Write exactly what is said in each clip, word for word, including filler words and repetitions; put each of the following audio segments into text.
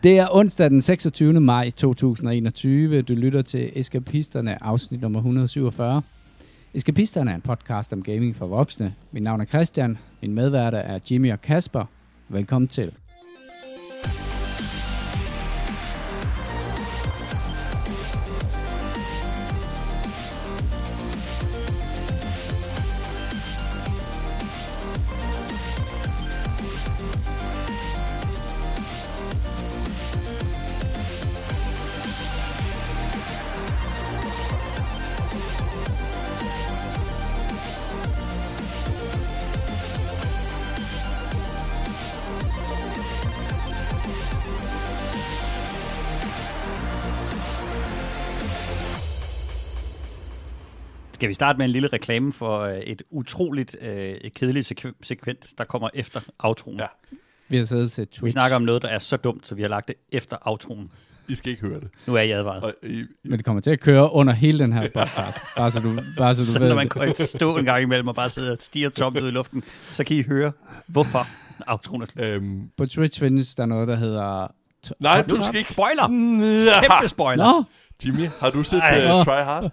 Det er onsdag den seksogtyvende maj to tusind og enogtyve. Du lytter til Eskapisterne, afsnit nummer et hundrede og syvogfyrre. Eskapisterne er en podcast om gaming for voksne. Mit navn er Christian. Min medværter er Jimmy og Kasper. Velkommen til. Skal vi starte med en lille reklame for øh, et utroligt øh, kedeligt sekven- sekvens, der kommer efter outroen? Ja. Vi har siddet til Twitch. Vi snakker om noget, der er så dumt, så vi har lagt det efter outroen. I skal ikke høre det. Nu er jeg advaret. I, I, Men det kommer til at køre under hele den her podcast. Bare så du, bare så du så ved når man kan stå en gang imellem og bare sidde og stige tomt ud i luften, så kan I høre, hvorfor outroen er slut. øhm, På Twitch findes der noget, der hedder... T- nej, Top du Top? skal ikke... Spoiler! Ja. Kæmpe spoiler! Nå, Jimmy, har du set Ej. uh, Try Hard?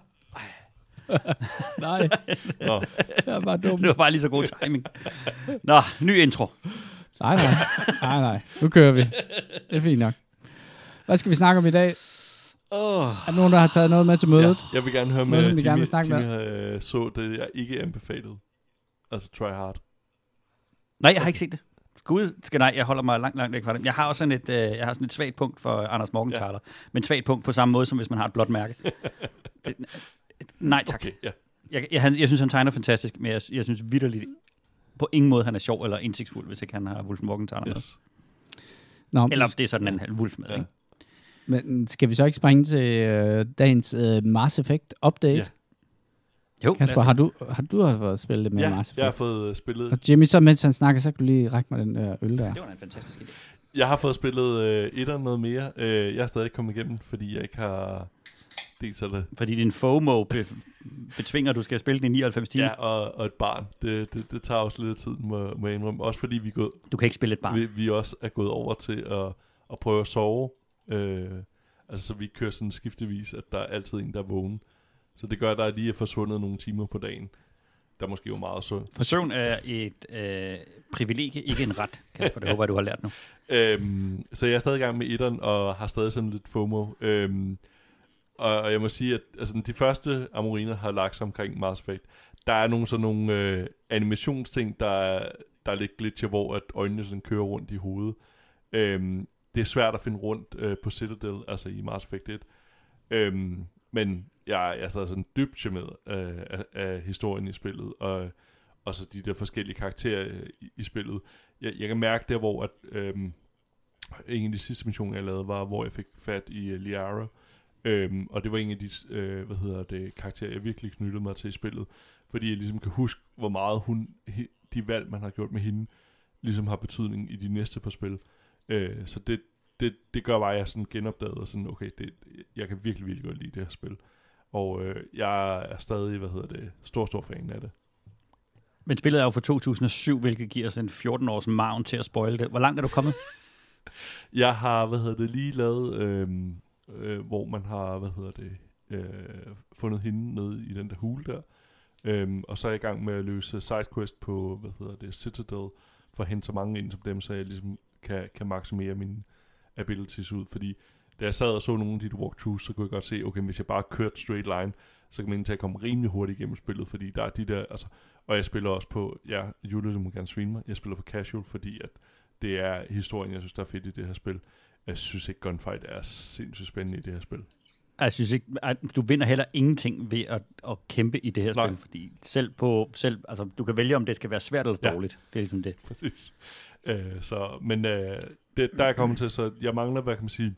nej. Nå. Jeg er bare dum. Det var bare lige så god timing. Nå, ny intro. Nej, nej. Nej, nej. Nu kører vi. Det er fint nok. Hvad skal vi snakke om i dag? Oh. Er der nogen, der har taget noget med til mødet? Ja, jeg vil gerne høre Noget, med, som de Jimmy, gerne vil snakke Jimmy uh, så det, jeg ikke anbefalede. Altså Try Hard. Nej, jeg har ikke set det. Gud, skal nej, jeg holder mig langt, langt væk fra det. Jeg har også sådan et, øh, jeg har sådan et svagt punkt for Anders Morgenthaler, ja. Men et svagt punkt på samme måde, som hvis man har et blåt mærke. det, nej, tak. Okay, ja. jeg, jeg, jeg synes, han tegner fantastisk, men jeg, jeg synes vitterligt på ingen måde, han er sjov eller indsigtsfuld, hvis ikke han har Wolfen Morgenthaler med. Yes. Nå, Eller det er sådan en halv Wolf med, ja. Ikke? Men skal vi så ikke springe til øh, dagens øh, Mass Effect update? Ja. Jo, Kasper, har du, har du har fået spillet det med Ja, Mass Effect? jeg har fået uh, spillet... Og Jimmy, så mens han snakker, så kan du lige række mig den øh, øl der. Det var en fantastisk idé. Jeg har fået spillet uh, etteren noget mere. Uh, jeg er stadig ikke kommet igennem, fordi jeg ikke har... Dels det. Fordi din FOMO be- betvinger, at du skal spille den i nioghalvfems timer. Ja, og, og et barn. Det, det, det tager også lidt tid, må, må jeg indrømme. Også fordi vi er, gået, Du kan ikke spille et barn. vi, vi også er gået over til at, at prøve at sove. Øh, altså, så vi kører sådan skiftevis, at der er altid en, der er vågen. Så det gør, at der lige er forsvundet nogle timer på dagen. Der måske jo meget sundt. For søvn er et øh, privilegie, ikke en ret, Kasper. Det håber jeg, du har lært nu. øhm, så jeg er stadig i gang med etteren, og har stadig sådan lidt FOMO. Øhm, og, og jeg må sige, at altså, de første amoriner har lagt sig omkring Mass Effect. Der er nogle sådan nogle øh, animationsting, der er, der er lidt glitcher, hvor at øjnene sådan kører rundt i hovedet. Øhm, det er svært at finde rundt øh, på Citadel, altså i Mass Effect et. Øhm, men jeg, jeg er stadig sådan dybt charmeret øh, af, af historien i spillet, og, og så de der forskellige karakterer i, i spillet. Jeg, jeg kan mærke der, hvor at, øhm, en af de sidste missioner, jeg lavede, var, hvor jeg fik fat i uh, Liara. Øhm, og det var en af de øh, hvad hedder det, karakterer, jeg virkelig knyttede mig til i spillet. Fordi jeg ligesom kan huske, hvor meget hun, de valg, man har gjort med hende, ligesom har betydning i de næste par spil. Øh, så det, det, det gør bare, at jeg sådan genopdagede, og sådan, okay, det, jeg kan virkelig, virkelig godt lide det her spil. Og øh, jeg er stadig, hvad hedder det, stor, stor fan af det. Men spillet er jo fra to tusind og syv, hvilket giver os en fjorten års margen til at spoile det. Hvor langt er du kommet? Jeg har, hvad hedder det, lige lavet, øh, øh, hvor man har, hvad hedder det, øh, fundet hende nede i den der hule der. Øhm, og så er jeg i gang med at løse sidequest på, hvad hedder det, Citadel, for at hente så mange ind som dem, så jeg ligesom kan, kan maksimere mine abilities ud. Fordi da jeg sad og så nogle af de walkthroughs, så kunne jeg godt se, okay, hvis jeg bare kørte straight line, så kan man til at komme rimelig hurtigt igennem spillet, fordi der er de der, altså, og jeg spiller også på, ja, Julie, du må gerne svine mig, jeg spiller på casual, fordi at det er historien, jeg synes, der er fedt i det her spil. Jeg synes ikke, Gunfight er sindssygt spændende i det her spil. Jeg synes ikke, at du vinder heller ingenting ved at, at kæmpe i det her Nej. spil, fordi selv på, selv, altså, du kan vælge, om det skal være svært eller dårligt. Ja. Det er ligesom det. Præcis. Øh, så, men øh, det, der er jeg kommet til, så jeg mangler, hvad kan man sige,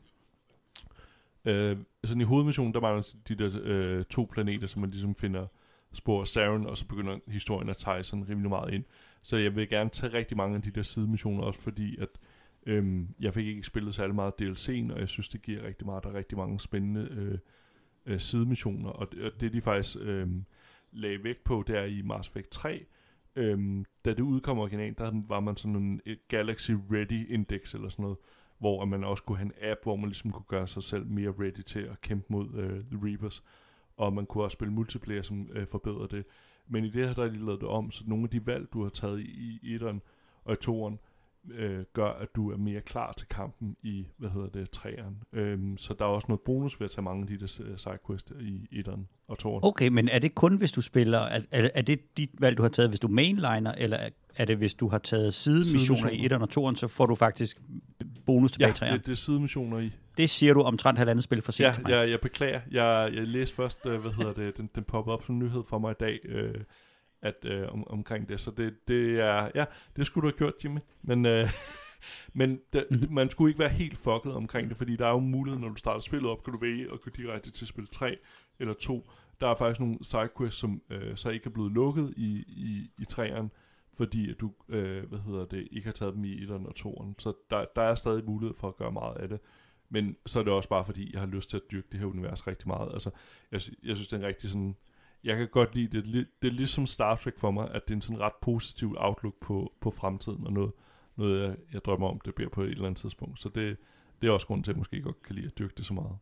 øh, sådan i hovedmissionen, der mangler de der øh, to planeter, som man ligesom finder spor af Saren, og så begynder historien at tage sådan rimelig meget ind. Så jeg vil gerne tage rigtig mange af de der sidemissioner også, fordi at Øhm, jeg fik ikke spillet særlig meget D L C'en, og jeg synes, det giver rigtig meget. Der er rigtig mange spændende øh, øh, sidemissioner, og det, og det de faktisk øh, lagde vægt på, det er i Mass Effect tre. Øhm, da det udkom originalt, der var man sådan en Galaxy Ready Index eller sådan noget, hvor man også kunne have en app, hvor man ligesom kunne gøre sig selv mere ready til at kæmpe mod øh, The Reapers. Og man kunne også spille multiplayer, som øh, forbedrer det. Men i det her, der er de lavet det om, så nogle af de valg, du har taget i, i etteren og i toeren, øh, gør, at du er mere klar til kampen i, hvad hedder det, treeren. Øhm, så der er også noget bonus ved at tage mange af de der sidequests i etteren og toeren. Okay, men er det kun, hvis du spiller, er, er det dit valg, du har taget, hvis du mainliner, eller er, er det, hvis du har taget sidemissioner i etteren og toeren, så får du faktisk bonus tilbage i treeren? Ja, det, det er sidemissioner i. Det siger du omtrent halvandet spil for sent ja, til mig. Ja, jeg beklager. Jeg, jeg læste først, øh, hvad hedder det, den, den poppede op som nyhed for mig i dag, øh, at, øh, om, omkring det. Så det, det er, ja, det skulle du have gjort, Jimmy. Men, øh, men det, mm-hmm. man skulle ikke være helt fucket omkring det, fordi der er jo mulighed, når du starter spillet op, kan du vælge at gå direkte til spil tre eller to. Der er faktisk nogle sidequests, som øh, så ikke er blevet lukket i, i, i treeren, fordi at du, øh, hvad hedder det, ikke har taget dem i etteren og toeren. Så der, der er stadig mulighed for at gøre meget af det. Men så er det også bare fordi, jeg har lyst til at dyrke det her univers rigtig meget. Altså, jeg, jeg synes, det er en rigtig sådan... Jeg kan godt lide det. Det er ligesom Star Trek for mig, at det er en sådan ret positiv outlook på, på fremtiden, og noget, noget jeg, jeg drømmer om, det bliver på et eller andet tidspunkt. Så det, det er også grund til, at jeg måske godt kan lide at dyrke det så meget.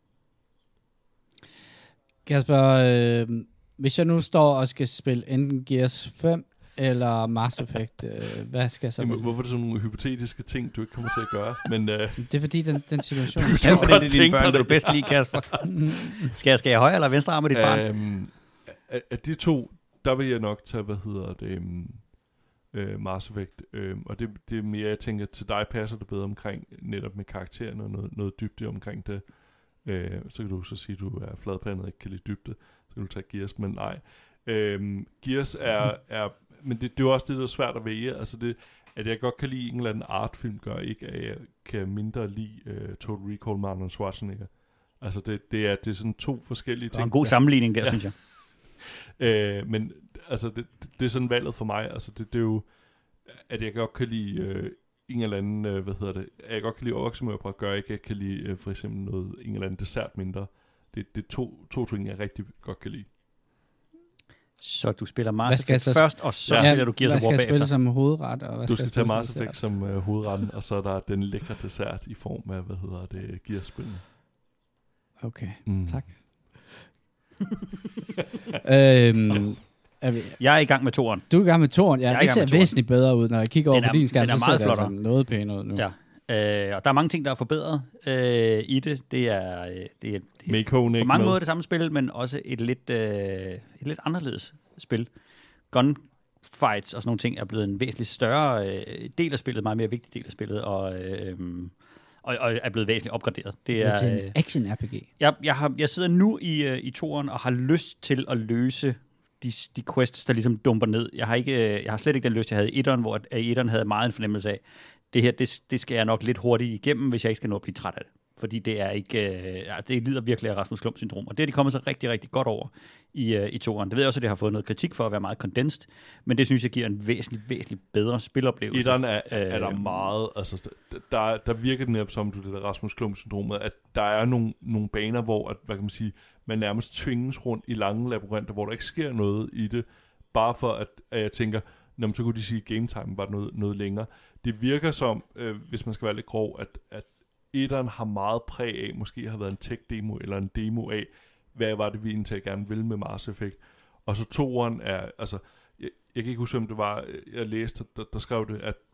Kasper, øh, hvis jeg nu står og skal spille enten Gears fem eller Mass Effect, øh, hvad skal jeg så Jamen, hvorfor er det sådan nogle hypotetiske ting, du ikke kommer til at gøre? Men, øh, det er fordi, den, den situation... Ja, for det er dine børn, du bedst lide, Kasper. skal, jeg, skal jeg højre eller venstre arm med dit barn? Øhm, af, af de to, der vil jeg nok tage, hvad hedder det, øh, Mass Effect. Øh, og det, det er mere, jeg tænker, til dig passer det bedre omkring, netop med karakteren og noget, noget dybde omkring det. Øh, så kan du så sige, at du er fladpandet og ikke kan lide dybde. Så kan du tage Gears, men nej. Øh, Gears er... er men det, det er jo også det, der er svært at vælge. Altså det, at jeg godt kan lide en eller anden artfilm, gør ikke, at jeg kan mindre lide uh, Total Recall med Arnold Schwarzenegger. Altså det, det, er, det er sådan to forskellige ting. Det er en god sammenligning der, ja. Synes jeg. øh, men altså det, det er sådan valget for mig. Altså det, det er jo, at jeg godt kan lide uh, en eller anden, uh, hvad hedder det, at jeg godt kan lide oksemørbrød, gør ikke, at jeg kan lide uh, for eksempel noget, en eller anden dessert mindre. Det, det er to, to ting, jeg rigtig godt kan lide. Så du spiller Mass Effect så først, og så ja, spiller du Gears of War bagefter. Hvad skal jeg spille som hovedret? Og hvad du skal skal tage Mass Effect som uh, hovedretten, og så er der den lækre dessert i form af, hvad hedder det, Gears-spillene. Okay, mm. tak. øhm, er vi, jeg er i gang med toeren. Du er i gang med toeren? Ja, det ser væsentligt bedre ud, når jeg kigger over er, på din skærm. Den er meget så flottere. Det noget pænere ud nu. Ja. Øh, og der er mange ting, der er forbedret øh, i det. Det er, det er, det er på mange med. måder det samme spil, men også et lidt, øh, et lidt anderledes spil. Gunfights og sådan nogle ting er blevet en væsentligt større øh, del af spillet, meget mere vigtig del af spillet, og, øh, og, og er blevet væsentligt opgraderet. Det er, det er en action-R P G. Jeg, jeg, har, jeg sidder nu i, uh, i toeren og har lyst til at løse de, de quests, der ligesom dumper ned. Jeg har, ikke, jeg har slet ikke den lyst, jeg havde i etteren, hvor jeg i etteren havde meget en fornemmelse af, det her, det, det skal jeg nok lidt hurtigt igennem, hvis jeg ikke skal nå at blive træt af det. Fordi det er ikke, øh, ja, det lider virkelig af Rasmus Klump-syndrom, og det er de kommet så rigtig, rigtig godt over i, øh, i toeren. Det ved jeg også, at det har fået noget kritik for at være meget condensed, men det synes jeg giver en væsentlig, væsentlig bedre spiloplevelse. Etteren er, er der meget, altså der, der virker den her, som du det der Rasmus Klump-syndromet, at der er nogle, nogle baner, hvor at, hvad kan man sige, man nærmest tvinges rundt i lange labyrinter, hvor der ikke sker noget i det, bare for at, at jeg tænker, når man så kunne de sige, at game time var noget, noget længere. Det virker som, øh, hvis man skal være lidt grov, at, at etteren har meget præg af, måske har været en tech-demo eller en demo af, hvad var det, vi egentlig gerne ville med Mass Effect. Og så toeren er, altså, jeg, jeg kan ikke huske, hvem det var, jeg læste, der, der skrev det, at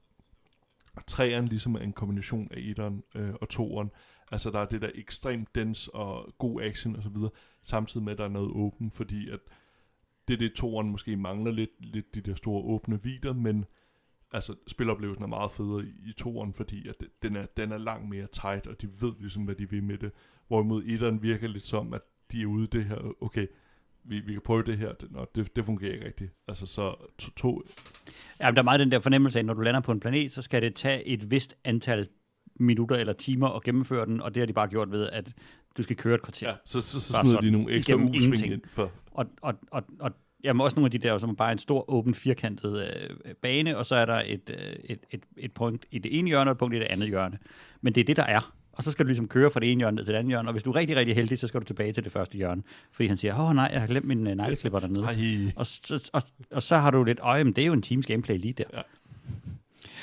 treeren ligesom er en kombination af etteren øh, og toeren. Altså, der er det der ekstremt dens og god action og så videre, samtidig med, at der er noget åben, fordi at det er det, toeren måske mangler lidt, lidt de der store åbne vidder, men altså, spiloplevelsen er meget federe i, i toeren, fordi at det, den, er, den er langt mere tight, og de ved ligesom, hvad de vil med det. Hvorimod etteren virker lidt som, at de er ude det her, okay, vi, vi kan prøve det her, det, nå, det, det fungerer ikke rigtigt. Altså, så to... to ja, der er meget den der fornemmelse af, når du lander på en planet, så skal det tage et vist antal minutter eller timer at gennemføre den, og det har de bare gjort ved, at du skal køre et kvarter. Ja, så, så, så smider de nogle ekstra usving ind for... Og, og, og, og jamen også nogle af de der, som er bare en stor, åben, firkantet øh, bane, og så er der et, øh, et, et, et punkt i det ene hjørne, og et punkt i det andet hjørne. Men det er det, der er. Og så skal du ligesom køre fra det ene hjørne ned til det andet hjørne, og hvis du er rigtig, rigtig heldig, så skal du tilbage til det første hjørne. Fordi han siger, åh nej, jeg har glemt min uh, negleklipper dernede. Og så, og, og så har du lidt, øje, men det er jo en Teams gameplay lige der. Ja.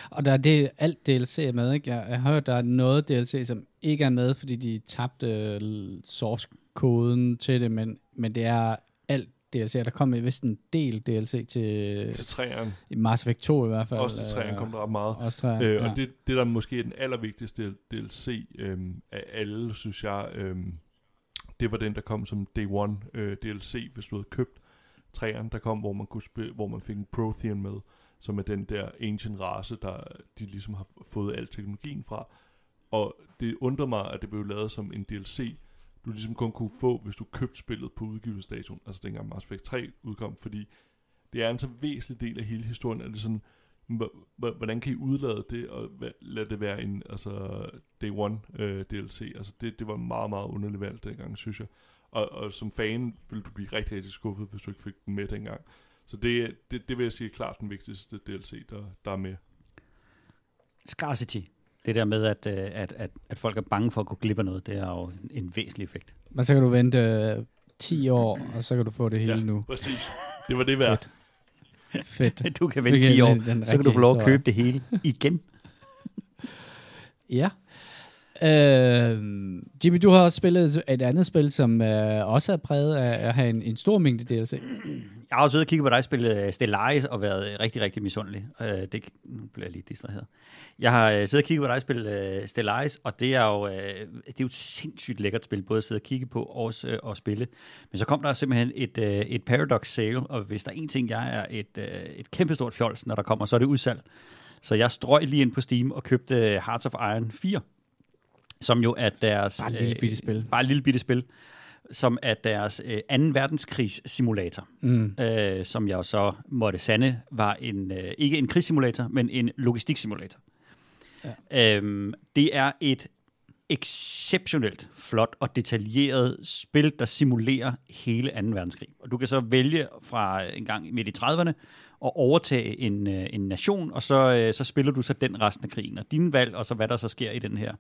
Og der er det alt D L C er med, ikke? Jeg, jeg har hørt, der er noget D L C, som ikke er med, fordi de tabte source-koden til det, men, men det er alt D L C. Der kom vist en del D L C til... Til træerne. I Mass Effect to i hvert fald. Også til træerne kom der ret meget. Også træerne, øh, ja. Og det, det, der måske er den allervigtigste D L C øh, af alle, synes jeg, øh, det var den, der kom som Day One øh, D L C, hvis du havde købt træerne, der kom, hvor man kunne spille, hvor man fik en Prothean med, som er den der ancient race, der de ligesom har fået al teknologien fra. Og det undrer mig, at det blev lavet som en D L C, du ligesom kun kunne få, hvis du købte spillet på udgivelsesdatoen, altså dengang Mass Effect tre udkom, fordi det er en så væsentlig del af hele historien, at det sådan, hvordan kan I udlade det, og lade det være en altså Day One øh, D L C, altså det, det var meget, meget underligt valgt dengang, synes jeg. Og, og som fan ville du blive rigtig, rigtig skuffet, hvis du ikke fik den med dengang. Så det, det, det vil jeg sige klart den vigtigste D L C, der, der er med. Scarcity. Det der med, at, at, at, at folk er bange for at gå glip af noget, det er jo en, en væsentlig effekt. Men så kan du vente ti år, og så kan du få det hele ja, nu. Præcis. Det var det værd. Fedt. Fedt. Du kan vente ti år, så kan du få lov at købe det hele igen. Ja. Øh, Jimmy, du har også spillet et andet spil, som øh, også er præget af at have en, en stor mængde D L C. Jeg har også siddet og kigget på dig spille Stellaris og været rigtig, rigtig misundelig. Øh, det, nu bliver jeg lige distraheret. Jeg har øh, siddet og kigget på dig spille øh, Stellaris, og det er, jo, øh, det er jo et sindssygt lækkert spil, både at sidde og kigge på og, øh, og spille. Men så kom der simpelthen et, øh, et Paradox Sale, og hvis der er en ting, jeg er et, øh, et kæmpestort fjols, når der kommer, så er det udsalg. Så jeg strøg lige ind på Steam og købte Hearts of Iron fire. Som jo er deres... Bare et lille bitte spil. Øh, bare et lille bitte spil, som er deres øh, anden verdenskrigs simulator. Mm. Øh, som jeg jo så måtte sande, var en øh, ikke en krigssimulator, men en logistiksimulator. Ja. Øhm, det er et exceptionelt flot og detaljeret spil, der simulerer hele anden verdenskrig. Og du kan så vælge fra en gang midt i trediverne at overtage en, øh, en nation, og så, øh, så spiller du så den resten af krigen. Og dine valg, og så hvad der så sker i den her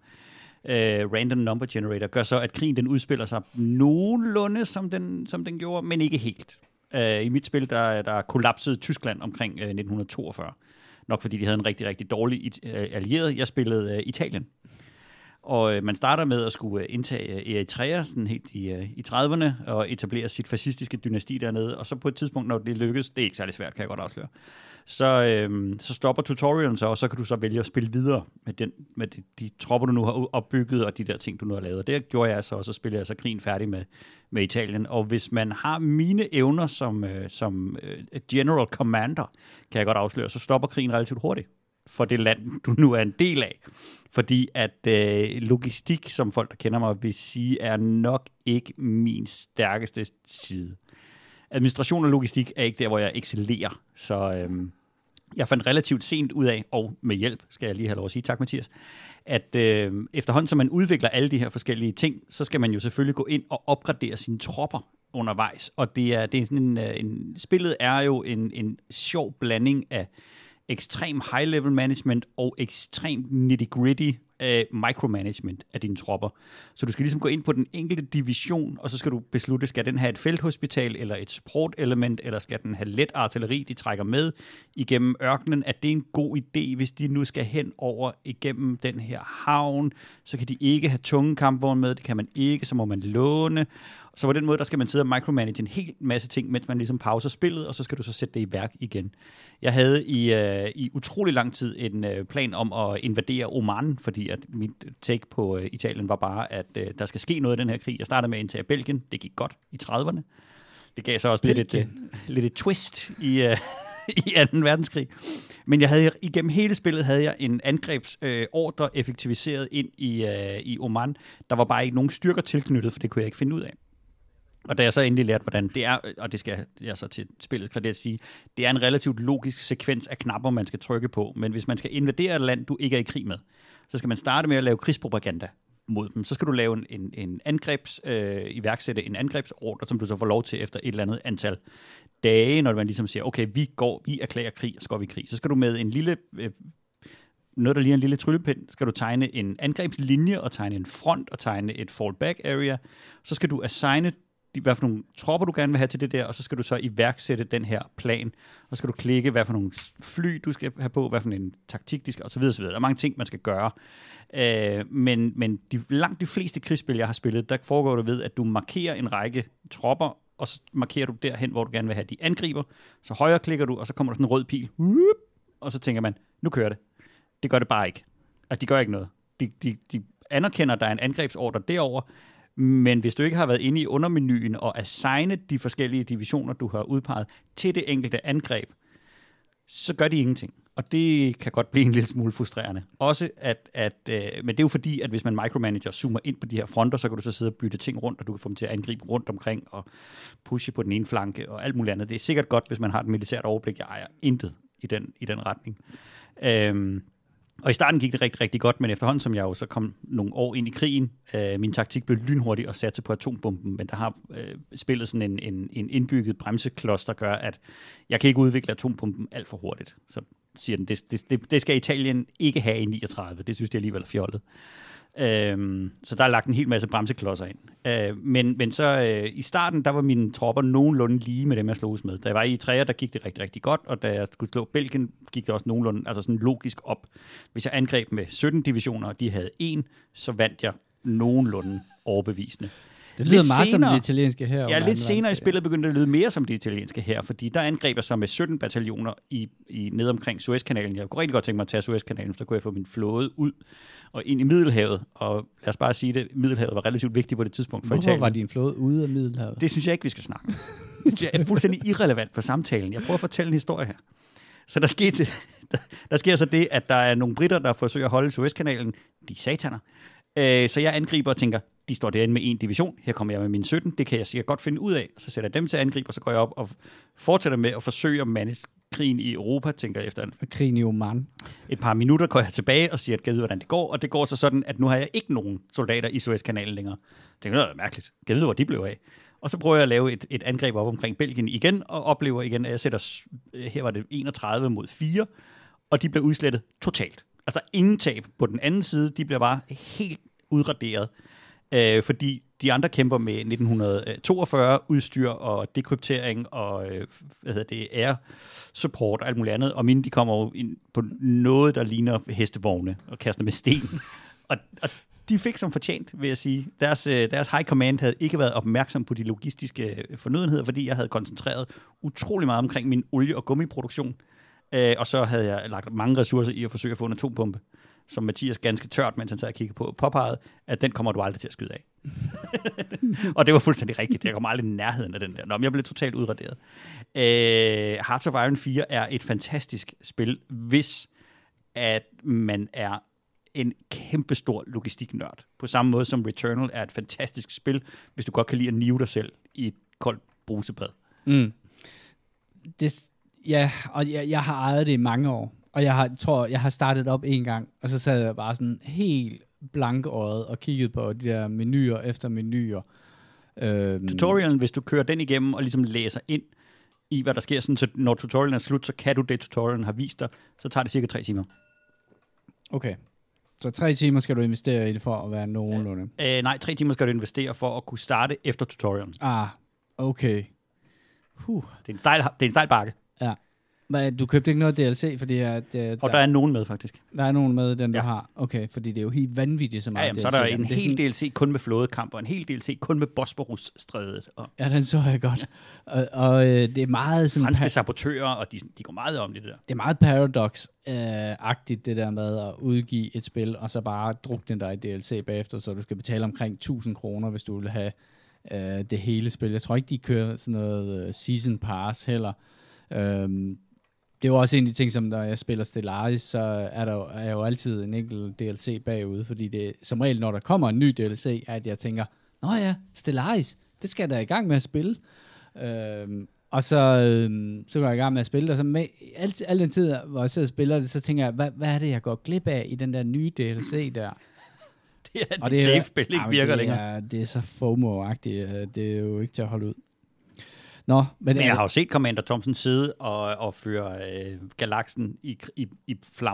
Uh, random number generator, gør så, at krigen den udspiller sig nogenlunde, som den, som den gjorde, men ikke helt. Uh, I mit spil, der, der kollapsede Tyskland omkring uh, nitten toogfyrre. Nok fordi de havde en rigtig, rigtig dårlig it- uh, allieret. Jeg spillede uh, Italien. Og uh, man starter med at skulle uh, indtage uh, Eritrea sådan helt i, uh, i trediverne og etablere sit fascistiske dynasti dernede. Og så på et tidspunkt, når det lykkes, det er ikke særlig svært, kan jeg godt afsløre, så, øhm, så stopper tutorialen så, og så kan du så vælge at spille videre med, den, med de, de tropper, du nu har opbygget, og de der ting, du nu har lavet. Og det gjorde jeg så, og så spillede jeg så krigen færdig med, med Italien. Og hvis man har mine evner som, øh, som øh, general commander, kan jeg godt afsløre, så stopper krigen relativt hurtigt for det land, du nu er en del af. Fordi at øh, logistik, som folk, der kender mig, vil sige, er nok ikke min stærkeste side. Administration og logistik er ikke der, hvor jeg excellerer. Så øhm, jeg fandt relativt sent ud af, og med hjælp, skal jeg lige have lov at sige, tak Mathias, at øh, efterhånden, som man udvikler alle de her forskellige ting, så skal man jo selvfølgelig gå ind og opgradere sine tropper undervejs. Og det er, det er sådan en, en, spillet er jo en, en sjov blanding af ekstrem high-level management og ekstrem nitty-gritty uh, micromanagement af dine tropper. Så du skal ligesom gå ind på den enkelte division, og så skal du beslutte, skal den have et felthospital eller et support-element, eller skal den have let artilleri, de trækker med igennem ørkenen. Er det en god idé, hvis de nu skal hen over igennem den her havn? Så kan de ikke have tunge kampvogne med, det kan man ikke, så må man låne. Så på den måde, der skal man sidde og micromanage en hel masse ting, mens man ligesom pauser spillet, og så skal du så sætte det i værk igen. Jeg havde i, øh, i utrolig lang tid en øh, plan om at invadere Oman, fordi at mit take på øh, Italien var bare, at øh, der skal ske noget i den her krig. Jeg startede med at indtage Belgien. Det gik godt i trediverne. Det gav så også lidt et, øh, lidt et twist i, øh, i anden verdenskrig. Men jeg havde igennem hele spillet havde jeg en angrebsordre øh, effektiviseret ind i, øh, i Oman. Der var bare ikke nogen styrker tilknyttet, for det kunne jeg ikke finde ud af. Og da jeg så endelig lærte, hvordan det er, og det skal jeg så til spillet kredit sige, det er en relativt logisk sekvens af knapper, man skal trykke på. Men hvis man skal invadere et land, du ikke er i krig med, så skal man starte med at lave krigspropaganda mod dem. Så skal du lave en, en, en angrebs, øh, iværksætte en angrebsordre, som du så får lov til efter et eller andet antal dage, når man ligesom siger, okay, vi går, vi erklærer krig, og så går vi i krig. Så skal du med en lille... Øh, noget, der ligner en lille tryllepind, skal du tegne en angrebslinje, og tegne en front, og tegne et fallback area. Så skal du assigne de, hvad for nogle tropper du gerne vil have til det der, og så skal du så iværksætte den her plan, og så skal du klikke, hvad for nogle fly du skal have på, hvad for en taktik de skal, og så videre, så videre. Der er mange ting, man skal gøre. Øh, men men de, langt de fleste krigsspil, jeg har spillet, der foregår det ved, at du markerer en række tropper, og så markerer du derhen, hvor du gerne vil have de angriber, så højre klikker du, og så kommer der sådan en rød pil, og så tænker man, nu kører det. Det gør det bare ikke. Altså, de gør ikke noget. De, de, de anerkender, at der er en angrebsordre derover, men hvis du ikke har været inde i undermenuen og assignet de forskellige divisioner, du har udpeget til det enkelte angreb, så gør de ingenting. Og det kan godt blive en lille smule frustrerende. Også at, at øh, men det er jo fordi, at hvis man micromanager zoomer ind på de her fronter, så kan du så sidde og bytte ting rundt, og du kan få dem til at angribe rundt omkring og pushe på den ene flanke og alt muligt andet. Det er sikkert godt, hvis man har et militært overblik. Jeg ejer intet i den, i den retning. Øhm, Og i starten gik det rigtig, rigtig godt, men efterhånden, som jeg jo så kom nogle år ind i krigen, øh, min taktik blev lynhurtig og satte på atombomben, men der har øh, spillet sådan en, en, en indbygget bremseklods, der gør, at jeg kan ikke udvikle atombomben alt for hurtigt. Så siger den, det, det, det skal Italien ikke have i niogtredive, det synes de alligevel er fjollet. Øhm, så der er lagt en hel masse bremseklodser ind. Øh, men, men så øh, i starten, der var mine tropper nogenlunde lige med dem, jeg sloges med. Da jeg var i træer, der gik det rigtig, rigtig godt, og da jeg skulle slå Belgien, gik det også nogenlunde, altså sådan logisk op. Hvis jeg angreb med sytten divisioner, og de havde en, så vandt jeg nogenlunde overbevisende. Det lyder lidt meget senere, som det italienske her. Ja, lidt senere i spillet begyndte det at lyde mere som det italienske her, fordi der angreb jeg så med sytten bataljoner i, i, ned omkring Suezkanalen. Jeg kunne rigtig godt tænke mig at tage Suezkanalen, for så kunne jeg få min flåde ud og ind i Middelhavet. Og lad os bare sige det, Middelhavet var relativt vigtigt på det tidspunkt for Hvorfor Italien. var din flåde ude af Middelhavet? Det synes jeg ikke, vi skal snakke om. Det er fuldstændig irrelevant for samtalen. Jeg prøver at fortælle en historie her. Så der skete, der, der sker så det, at der er nogle britter, der forsøger at holde Suezkanalen. De sataner. Øh, så jeg angriber og tænker, de står derinde med en division. Her kommer jeg med mine sytten. Det kan jeg sikkert godt finde ud af. Så sætter jeg dem til at angribe, og så går jeg op og fortsætter med at forsøge at manage krigen i Europa, tænker jeg efter en, krigen i Oman. Et par minutter går jeg tilbage og siger, at jeg ved, hvordan det går. Og det går så sådan, at nu har jeg ikke nogen soldater i Suezkanalen længere. Jeg tænker, det er mærkeligt. Jeg ved, hvor de blev af. Og så prøver jeg at lave et, et angreb op omkring Belgien igen, og oplever igen, at jeg sætter, her var det enogtredive mod fire, og de blev udslettet totalt. Altså ingen tab på den anden side, de bliver bare helt udraderet, øh, fordi de andre kæmper med nitten toogfyrre udstyr og dekryptering og øh, hvad hedder det, air support og alt muligt andet, og mine de kommer jo ind på noget, der ligner hestevogne og kaster med sten. og, og de fik som fortjent, vil jeg sige. Deres, deres high command havde ikke været opmærksom på de logistiske fornødenheder, fordi jeg havde koncentreret utrolig meget omkring min olie- og gummiproduktion, øh, og så havde jeg lagt mange ressourcer i at forsøge at få en atompumpe, som Mathias ganske tørt, mens han sad og kiggede på, påpegede, at den kommer du aldrig til at skyde af. Og det var fuldstændig rigtigt. Jeg kom aldrig i nærheden af den der. Nå, men jeg blev totalt udraderet. Øh, Hearts of Iron fire er et fantastisk spil, hvis at man er en kæmpestor logistiknørd. På samme måde som Returnal er et fantastisk spil, hvis du godt kan lide at nive dig selv i et koldt brusebad. Mm. Det, ja, og jeg, jeg har ejet det i mange år. Og jeg har, tror, jeg har startet op en gang, og så sad jeg bare sådan helt blankøjet og kiggede på de der menuer efter menuer. Øhm. Tutorialen, hvis du kører den igennem og ligesom læser ind i, hvad der sker, sådan, så når tutorialen er slut, så kan du det, tutorialen har vist dig, så tager det cirka tre timer. Okay. Så tre timer skal du investere i det for at være nogenlunde? Øh, nej, tre timer skal du investere for at kunne starte efter tutorialen. Ah, okay. Huh. Det er en stejl, det er en stejl bakke. Ja. Men du købte ikke noget D L C, fordi at, uh, der, og der er nogen med, faktisk. Der er nogen med, den du ja. har. Okay, fordi det er jo helt vanvittigt så meget. Ja, jamen, så er der en hel D L C kun med flådekamp, og en hel D L C kun med Bosporus-strædet. Og ja, den så jeg godt. Og, og øh, det er meget sådan... franske sabotører, og de, de går meget om det der. Det er meget Paradox-agtigt, det der med at udgive et spil, og så bare drukne dig i D L C bagefter, så du skal betale omkring tusind kroner, hvis du vil have øh, det hele spil. Jeg tror ikke, de kører sådan noget uh, season pass heller. Um, Det er jo også en af de ting, som når jeg spiller Stellaris, så er der jo, er jo altid en enkelt D L C bagude, fordi det som regel, når der kommer en ny D L C, er, at jeg tænker, nå ja, Stellaris, det skal jeg da i gang med at spille. Øhm, og så, øhm, så går jeg i gang med at spille det, og så med, alt, al den tid, hvor jeg sidder og spiller det, så tænker jeg, hvad, hvad er det, jeg går glip af i den der nye D L C der? Det er og det safe-spil, ikke virker det længere. Er, det er så FOMO-agtigt, det er jo ikke til at holde ud. Nå, men, men jeg har jo set Commander Thompson sidde og, og føre øh, galaksen i, i, i flammer.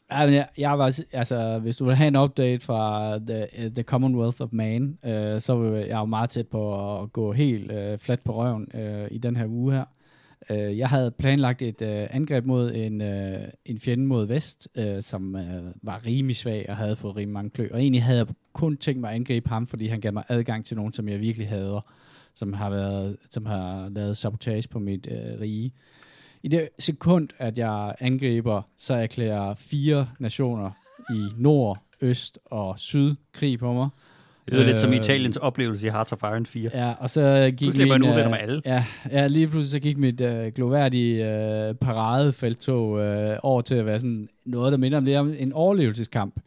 Ja, men jeg, jeg var, altså, hvis du vil have en update fra The, the Commonwealth of Man, øh, så vil jeg jo meget tæt på at gå helt øh, fladt på røven øh, i den her uge her. Øh, jeg havde planlagt et øh, angreb mod en, øh, en fjende mod vest, øh, som øh, var rimelig svag og havde fået rimelig mange klø. Og egentlig havde jeg kun tænkt mig at angribe ham, fordi han gav mig adgang til nogen, som jeg virkelig hader, som har, været, som har lavet sabotage på mit øh, rige. I det sekund, at jeg angriber, så erklærer fire nationer i nord, øst og syd krig på mig. Det lyder øh, lidt som Italiens oplevelse i Hearts of Iron fire. Ja, og så gik pludselig min... var jeg med alle. Ja, ja, lige pludselig så gik mit øh, gloværdige øh, paradefelttog øh, over til at være sådan noget, der minder om det om en overlevelseskamp.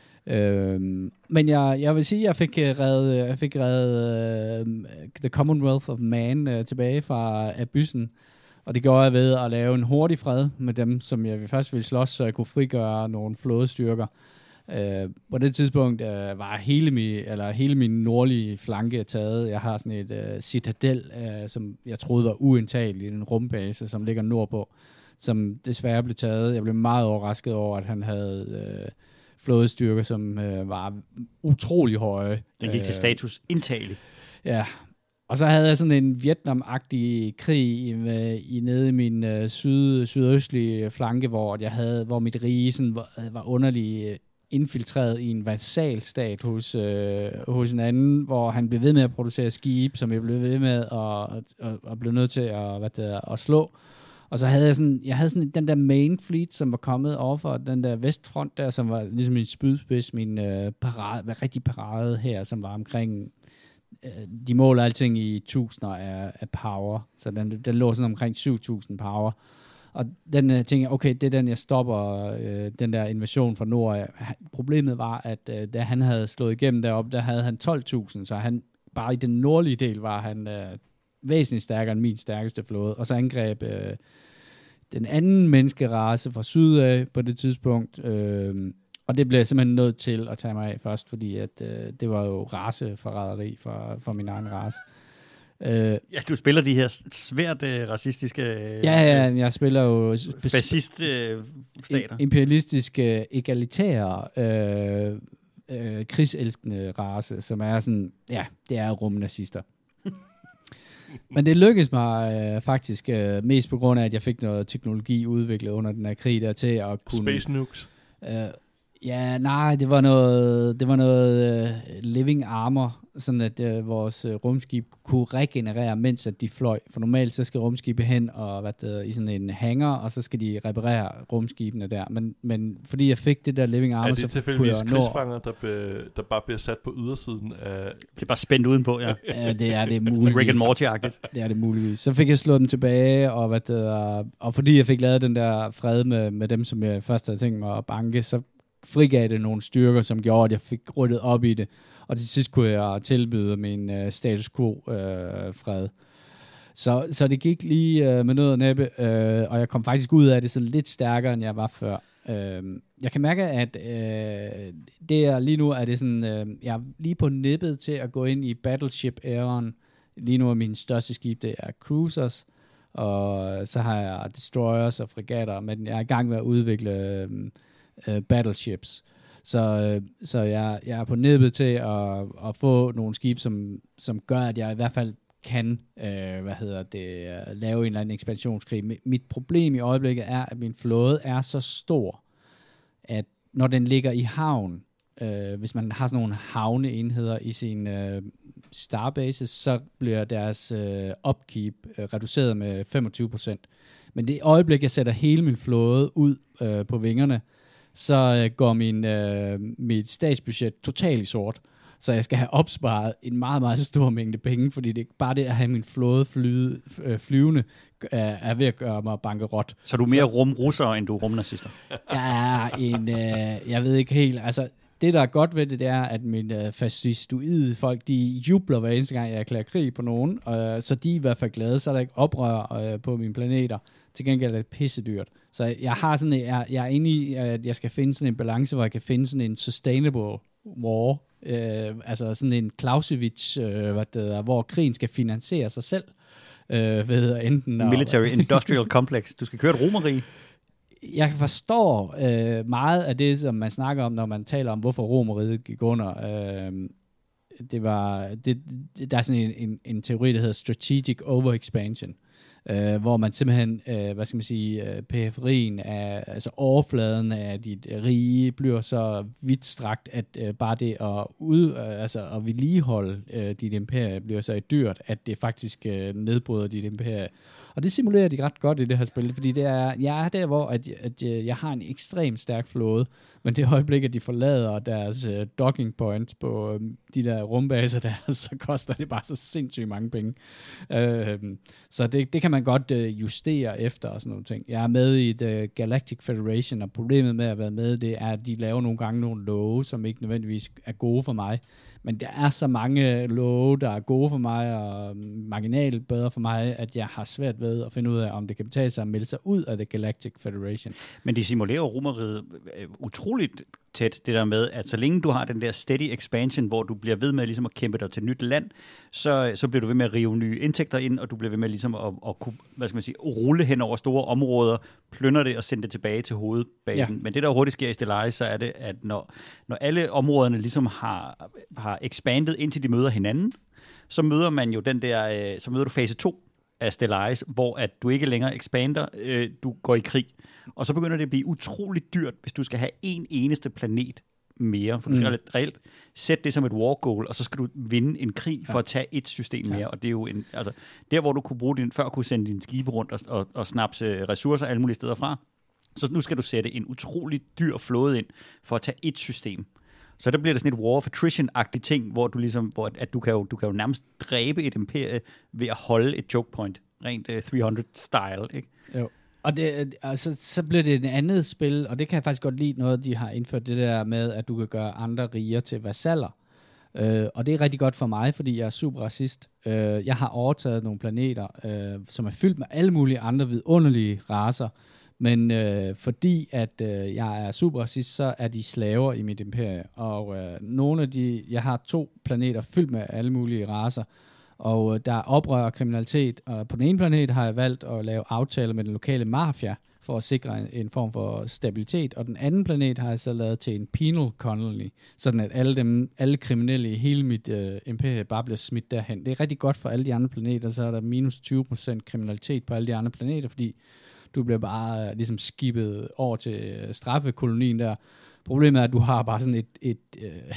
Øh, men jeg, jeg vil sige, at jeg fik reddet, jeg fik reddet uh, The Commonwealth of Man uh, tilbage fra abyssen. Og det gjorde jeg ved at lave en hurtig fred med dem, som jeg først ville slås, så jeg kunne frigøre nogle flådestyrker. Uh, på det tidspunkt uh, var hele min, eller hele min nordlige flanke taget. Jeg har sådan et uh, citadel, uh, som jeg troede var uindtageligt, en rumbase, som ligger nordpå, som desværre blev taget. Jeg blev meget overrasket over, at han havde uh, flådestyrker, som uh, var utrolig høje. Den gik til status indtagelig. Ja. Og så havde jeg sådan en Vietnam-agtig krig i, i nede i min uh, syd, sydøstlige flanke, hvor jeg havde, hvor mit rige sådan var, var underligt infiltreret i en vasalstat hos, øh, hos en anden, hvor han blev ved med at producere skib, som jeg blev ved med at, at, at blive nødt til at, hvad det er, at slå. Og så havde jeg sådan, jeg havde sådan den der main fleet, som var kommet over for den der vestfront der, som var ligesom min spydspids, min øh, parade, var rigtig parade her, som var omkring, øh, de måler alting i tusinder af, af power, så den, den lå sådan omkring syv tusind power. Og den uh, tænkte jeg, okay, det er den, jeg stopper, øh, den der invasion fra nord. Problemet var, at øh, da han havde slået igennem deroppe, der havde han tolv tusind, så han bare i den nordlige del var han øh, væsentligt stærkere end min stærkeste flåde. Og så angreb øh, den anden menneskerace fra syd af på det tidspunkt, øh, og det blev jeg simpelthen nødt til at tage mig af først, fordi at, øh, det var jo raceforræderi for, for min egen race. Uh, ja, du spiller de her svært uh, racistiske... Uh, ja, ja, jeg spiller jo... fascist-stater. Uh, imperialistiske, egalitære, øh, øh, krigselskende race, som er sådan... Ja, det er rumnazister. Men det lykkedes mig øh, faktisk øh, mest på grund af, at jeg fik noget teknologi udviklet under den her krig der til at kunne... Space nukes? Øh, ja, nej, det var noget, det var noget øh, living armor, sådan at øh, vores øh, rumskib kunne regenerere, mens at de fløj. For normalt så skal rumskibet hen og hvad det, i sådan en hangar, og så skal de reparere rumskibene der. Men, men fordi jeg fik det der living armor, så kunne jeg nå... Er det tilfældigvis krigsfanger, der, be, der bare bliver sat på ydersiden af... Det bliver bare spændt udenpå, ja. Ja, det er det muligvis. Rick and Morty-agtigt. Det er det muligvis. Så fik jeg slået dem tilbage, og, hvad det, og fordi jeg fik lavet den der fred med, med dem, som jeg først havde tænkt mig at banke, så frigav det nogle styrker, som gjorde, at jeg fik ryddet op i det. Og til sidst kunne jeg tilbyde min uh, status quo-fred. Uh, så, så det gik lige uh, med noget næppe, uh, og jeg kom faktisk ud af det så lidt stærkere, end jeg var før. Uh, jeg kan mærke, at uh, det er, lige nu er det sådan, uh, jeg er lige på nippet til at gå ind i battleship-æren. Lige nu er min største skib, det er cruisers, og så har jeg destroyers og fregatter, men jeg er i gang med at udvikle uh, uh, battleships. Så, så jeg, jeg er på nippet til at, at få nogle skib, som, som gør, at jeg i hvert fald kan øh, hvad hedder det, lave en eller anden ekspansionskrig. Mit problem i øjeblikket er, at min flåde er så stor, at når den ligger i havn, øh, hvis man har sådan nogle havneenheder i sin øh, starbase, så bliver deres øh, upkeep øh, reduceret med femogtyve procent. Men det øjeblik, jeg sætter hele min flåde ud øh, på vingerne, så øh, går min, øh, mit statsbudget totalt i sort. Så jeg skal have opsparet en meget, meget stor mængde penge, fordi det er bare det at have min flåde flyde, øh, flyvende øh, er ved at gøre mig bankerot. Så du er mere rumrusser, end du er rumnazister? Jeg er en, øh, jeg ved ikke helt, altså det der er godt ved det, det er, at mine øh, fascistoide folk, de jubler hver eneste gang, jeg erklærer krig på nogen, øh, så de er i hvert fald glade, så er der ikke oprør øh, på mine planeter. Til gengæld er det pissedyrt. Så jeg har sådan, jeg, jeg er inde i, at jeg skal finde sådan en balance, hvor jeg kan finde sådan en sustainable war, øh, altså sådan en Clausewitz, øh, hvad det er, hvor krigen skal finansiere sig selv. Øh, ved enten Military Industrial Complex. Du skal køre et romerige. jeg forstår øh, meget af det, som man snakker om, når man taler om, hvorfor Romerriget gik under. Øh, det var, det, der er sådan en, en, en teori, der hedder strategic overexpansion, øh, hvor man simpelthen, øh, hvad skal man sige, øh, periferien af, altså overfladen af dit rige bliver så vidtstrakt, at øh, bare det at ud, øh, altså at vedligeholde øh, dit imperie bliver så dyrt, at det faktisk øh, nedbryder dit imperie. Og det simulerer de ret godt i det her spil, fordi det er, jeg er der, hvor at, at jeg har en ekstremt stærk flåde, men det øjeblik, at de forlader deres uh, docking points på um, de der rumbaser der, så koster det bare så sindssygt mange penge. Uh, så det, det kan man godt uh, justere efter og sådan nogle ting. Jeg er med i The Galactic Federation, og problemet med at være med, det er, at de laver nogle gange nogle love, som ikke nødvendigvis er gode for mig. Men der er så mange love, der er gode for mig, og marginalt bedre for mig, at jeg har svært ved at finde ud af, om det kan betale sig at melde sig ud af The Galactic Federation. Men de simulerer Romerriget utroligt tæt, det der med, at så længe du har den der steady expansion, hvor du bliver ved med ligesom at kæmpe dig til nyt land, så, så bliver du ved med at rive nye indtægter ind, og du bliver ved med ligesom at, at kunne, hvad skal man sige, rulle hen over store områder, plyndre det og sende det tilbage til hovedbasen. Ja. Men det, der hurtigt sker i Stellaris, så er det, at når, når alle områderne ligesom har, har expandet, indtil de møder hinanden, så møder man jo den der, så møder du fase to af Stellaris, hvor at du ikke længere expander, øh, du går i krig. Og så begynder det at blive utroligt dyrt, hvis du skal have en eneste planet mere. For du skal mm. reelt sætte det som et war goal, og så skal du vinde en krig for ja. at tage et system mere. Ja. Og det er jo en, altså, der, hvor du kunne bruge din, før kunne sende dine skibe rundt og, og, og snapse ressourcer alle mulige steder fra. Så nu skal du sætte en utrolig dyr flåde ind for at tage et system. Så der bliver det sådan et war of attrition-agtigt ting, hvor du ligesom, hvor at du kan jo, du kan jo nærmest dræbe et imperie ved at holde et choke point, rent uh, tre hundrede-style, ikke? Jo. Og det, altså, så bliver det et andet spil, og det kan jeg faktisk godt lide noget, de har indført det der med, at du kan gøre andre riger til vasaller. Uh, og det er rigtig godt for mig, fordi jeg er super racist. Uh, jeg har overtaget nogle planeter, uh, som er fyldt med alle mulige andre vidunderlige racer, men øh, fordi at øh, jeg er super racist, så er de slaver i mit imperie. Og øh, nogle af de, jeg har to planeter fyldt med alle mulige racer, og øh, der er oprør og kriminalitet. Og på den ene planet har jeg valgt at lave aftaler med den lokale mafia, for at sikre en, en form for stabilitet. Og den anden planet har jeg så lavet til en penal colony, sådan at alle, dem, alle kriminelle i hele mit øh, imperie bare bliver smidt derhen. Det er rigtig godt for alle de andre planeter, så er der minus tyve procent kriminalitet på alle de andre planeter, fordi du bliver bare uh, ligesom skibet over til uh, straffekolonien der. Problemet er, at du har bare sådan et, et, uh,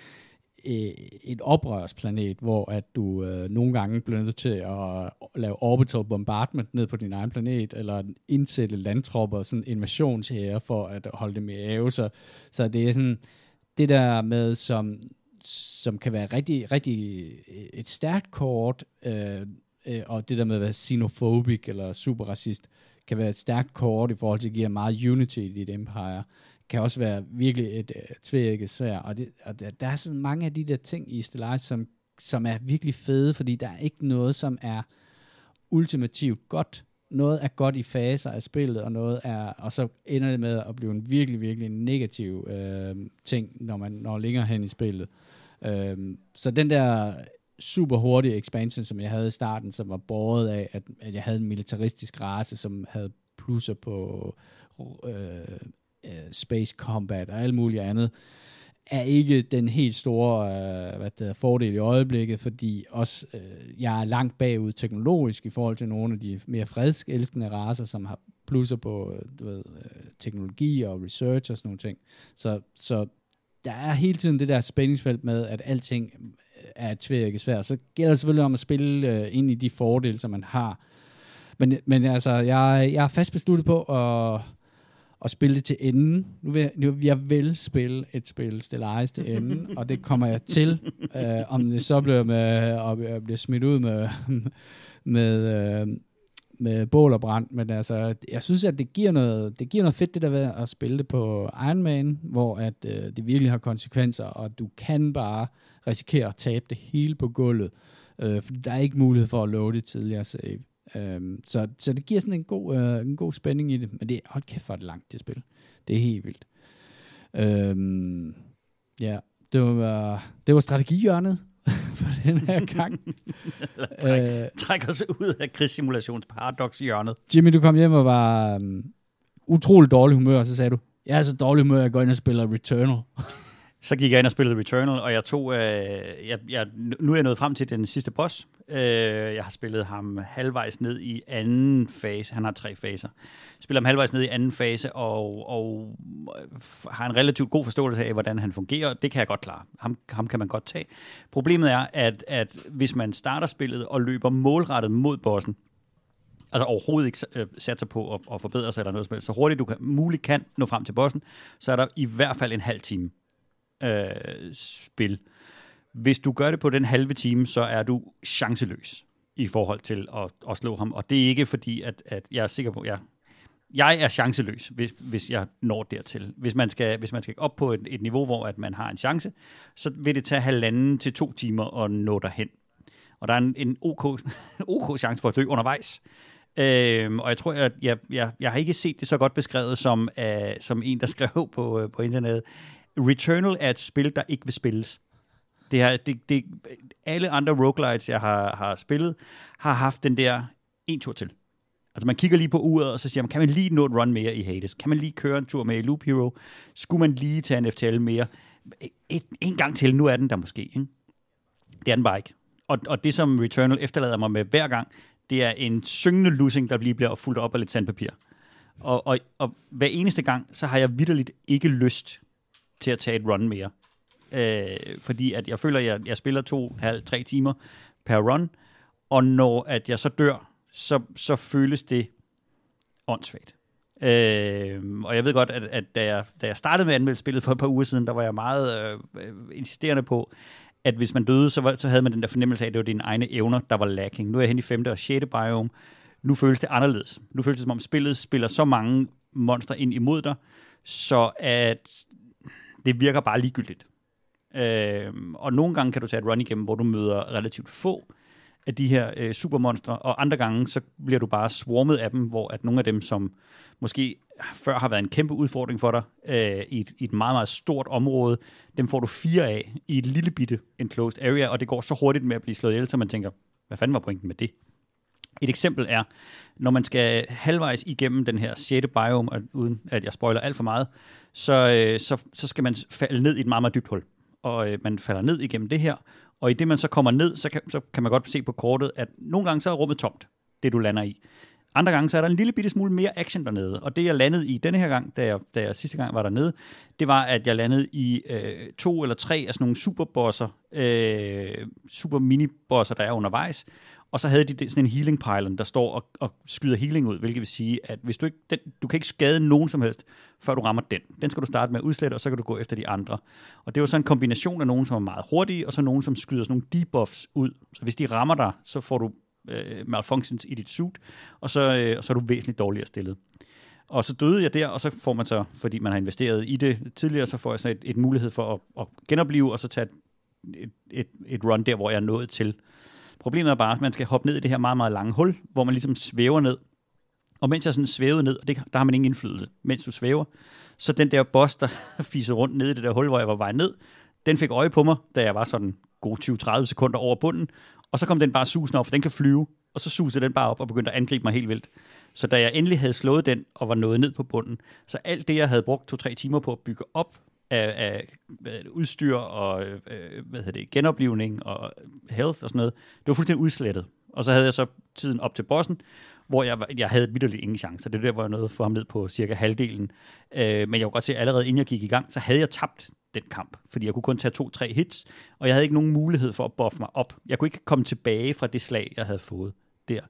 et oprørsplanet, hvor at du uh, nogle gange bliver nødt til at lave orbital bombardment ned på din egen planet, eller indsætte landtropper, sådan invasionshære for at holde dem i ave. Så, så det er sådan, det der med, som, som kan være rigtig, rigtig et stærkt kort, uh, uh, og det der med at være xenophobic eller superracist, kan være et stærkt kort i forhold til at give meget unity i dit empire, kan også være virkelig et uh, tvækket sværd, og, det, og der, der er sådan mange af de der ting i Stellaris, som, som er virkelig fede, fordi der er ikke noget, som er ultimativt godt. Noget er godt i faser af spillet, og noget er, og så ender det med at blive en virkelig, virkelig negativ øh, ting, når man når længere hen i spillet. Øh, så den der super hurtige expansion, som jeg havde i starten, som var båret af, at, at jeg havde en militaristisk race, som havde plusser på øh, øh, space combat og alt muligt andet, er ikke den helt store øh, hvad det er, fordel i øjeblikket, fordi også, øh, jeg er langt bagud teknologisk i forhold til nogle af de mere fredselskende racer, som har plusser på du ved, teknologi og research og sådan nogle ting. Så, så der er hele tiden det der spændingsfelt med, at alting er tvækket svært. Så gælder det selvfølgelig om at spille øh, ind i de fordele, som man har. Men, men altså, jeg, jeg er fast besluttet på at, at spille det til enden. Nu vil, nu vil jeg vel spille et spil Stellaris til enden, og det kommer jeg til. Øh, om det så bliver, med, at bliver smidt ud med, med, øh, med bål og brand. Men altså, jeg synes, at det giver noget, det giver noget fedt, det der ved at spille det på Iron Man, hvor at, øh, det virkelig har konsekvenser, og du kan bare risikere at tabe det hele på gulvet, øh, for der er ikke mulighed for at loade tidligere save. Um, så, så det giver sådan en god, uh, en god spænding i det, men det er, hold kæft for et langt det spil. Det er helt vildt. Um, ja, det var, det var strategihjørnet for den her gang. træk, uh, træk os ud af krigssimulationsparadox-hjørnet. Jimmy, du kom hjem og var um, utrolig dårlig humør, og så sagde du, jeg er så dårlig humør, at jeg går ind og spiller Returnal. Så gik jeg ind og spillede Returnal, og jeg tog, øh, jeg, jeg, nu er jeg nået frem til den sidste boss. Øh, jeg har spillet ham halvvejs ned i anden fase. Han har tre faser. Jeg spiller ham halvvejs ned i anden fase, og, og har en relativt god forståelse af, hvordan han fungerer. Det kan jeg godt klare. Ham, ham kan man godt tage. Problemet er, at, at hvis man starter spillet og løber målrettet mod bossen, altså overhovedet ikke øh, satser på at, at forbedre sig eller noget som helst, så hurtigt du kan, muligt kan nå frem til bossen, så er der i hvert fald en halv time øh, spil. Hvis du gør det på den halve time, så er du chanceløs i forhold til at, at slå ham. Og det er ikke fordi, at, at jeg er sikker på, at jeg, jeg er chanceløs, hvis, hvis jeg når dertil. Hvis man skal, hvis man skal op på et, et niveau, hvor at man har en chance, så vil det tage halvanden til to timer at nå derhen. Og der er en, en OK, OK chance for at dø undervejs. Øhm, og jeg tror, at jeg, jeg, jeg har ikke set det så godt beskrevet som, uh, som en, der skrev på, uh, på internettet. Returnal er et spil, der ikke vil spilles. Det her, det, det, alle andre roguelites, jeg har, har spillet, har haft den der en tur til. Altså man kigger lige på uret, og så siger man, kan man lige nå et run mere i Hades? Kan man lige køre en tur med i Loop Hero? Skulle man lige tage en F T L mere? Et, en gang til, nu er den der måske. Ikke? Det er den bare ikke. Og, og det, som Returnal efterlader mig med hver gang, det er en syngende lussing, der lige bliver fuldt op af lidt sandpapir. Og, og, og hver eneste gang, så har jeg vitterligt ikke lyst til at tage et run mere. Øh, fordi at jeg føler, at jeg, jeg spiller to, halv, tre timer per run, og når at jeg så dør, så, så føles det åndssvagt. Øh, og jeg ved godt, at, at da, jeg, da jeg startede med at anmelde spillet for et par uger siden, der var jeg meget øh, insisterende på, at hvis man døde, så, var, så havde man den der fornemmelse af, at det var dine egne evner, der var lacking. Nu er jeg hen i femte og sjette biome. Nu føles det anderledes. Nu føles det, som om spillet spiller så mange monstre ind imod dig, så at det virker bare ligegyldigt. Øh, og nogle gange kan du tage et run igennem, hvor du møder relativt få af de her øh, supermonstre, og andre gange, så bliver du bare swarmet af dem, hvor at nogle af dem, som måske før har været en kæmpe udfordring for dig, øh, i, et, i et meget, meget stort område, dem får du fire af i et lille bitte enclosed area, og det går så hurtigt med at blive slået ihjel, så man tænker, hvad fanden var pointen med det? Et eksempel er, når man skal halvvejs igennem den her sjette biome, og uden at jeg spoiler alt for meget, så, øh, så, så skal man falde ned i et meget, meget dybt hul. Og øh, man falder ned igennem det her, og i det man så kommer ned, så kan, så kan man godt se på kortet, at nogle gange så er rummet tomt, det du lander i. Andre gange så er der en lille bitte smule mere action dernede, og det jeg landede i denne her gang, da jeg, da jeg sidste gang var dernede, det var, at jeg landede i øh, to eller tre af sådan nogle superbosser, øh, super minibosser, der er undervejs, og så havde de sådan en healing pylon, der står og, og skyder healing ud, hvilket vil sige, at hvis du ikke, den, du kan ikke skade nogen som helst, før du rammer den. Den skal du starte med at udslette, og så kan du gå efter de andre. Og det var så en kombination af nogen, som er meget hurtige, og så nogen, som skyder sådan nogle debuffs ud. Så hvis de rammer dig, så får du øh, malfunctions i dit suit, og så, øh, og så er du væsentligt dårligere stillet. Og så døde jeg der, og så får man så, fordi man har investeret i det tidligere, så får jeg så et, et mulighed for at, at genopleve, og så tage et, et, et run der, hvor jeg er nået til. Problemet er bare, at man skal hoppe ned i det her meget, meget lange hul, hvor man ligesom svæver ned. Og mens jeg sådan svævede ned, og det, der har man ingen indflydelse, mens du svæver, så den der boss, der fiser rundt ned i det der hul, hvor jeg var vej ned, den fik øje på mig, da jeg var sådan gode tyve til tredive sekunder over bunden, og så kom den bare susende op, for den kan flyve, og så susede den bare op og begyndte at angribe mig helt vildt. Så da jeg endelig havde slået den og var nået ned på bunden, så alt det, jeg havde brugt to-tre timer på at bygge op af, af hvad, udstyr og øh, hvad hedder det, genoplivning og health og sådan noget, det var fuldstændig udslettet. Og så havde jeg så tiden op til bossen, hvor jeg, jeg havde vitterligt ingen chance. Det er der, hvor jeg nåede for ham ned på cirka halvdelen. Øh, men jeg kunne godt se, at allerede inden jeg gik i gang, så havde jeg tabt den kamp, fordi jeg kunne kun tage to-tre hits, og jeg havde ikke nogen mulighed for at buffe mig op. Jeg kunne ikke komme tilbage fra det slag, jeg havde fået der.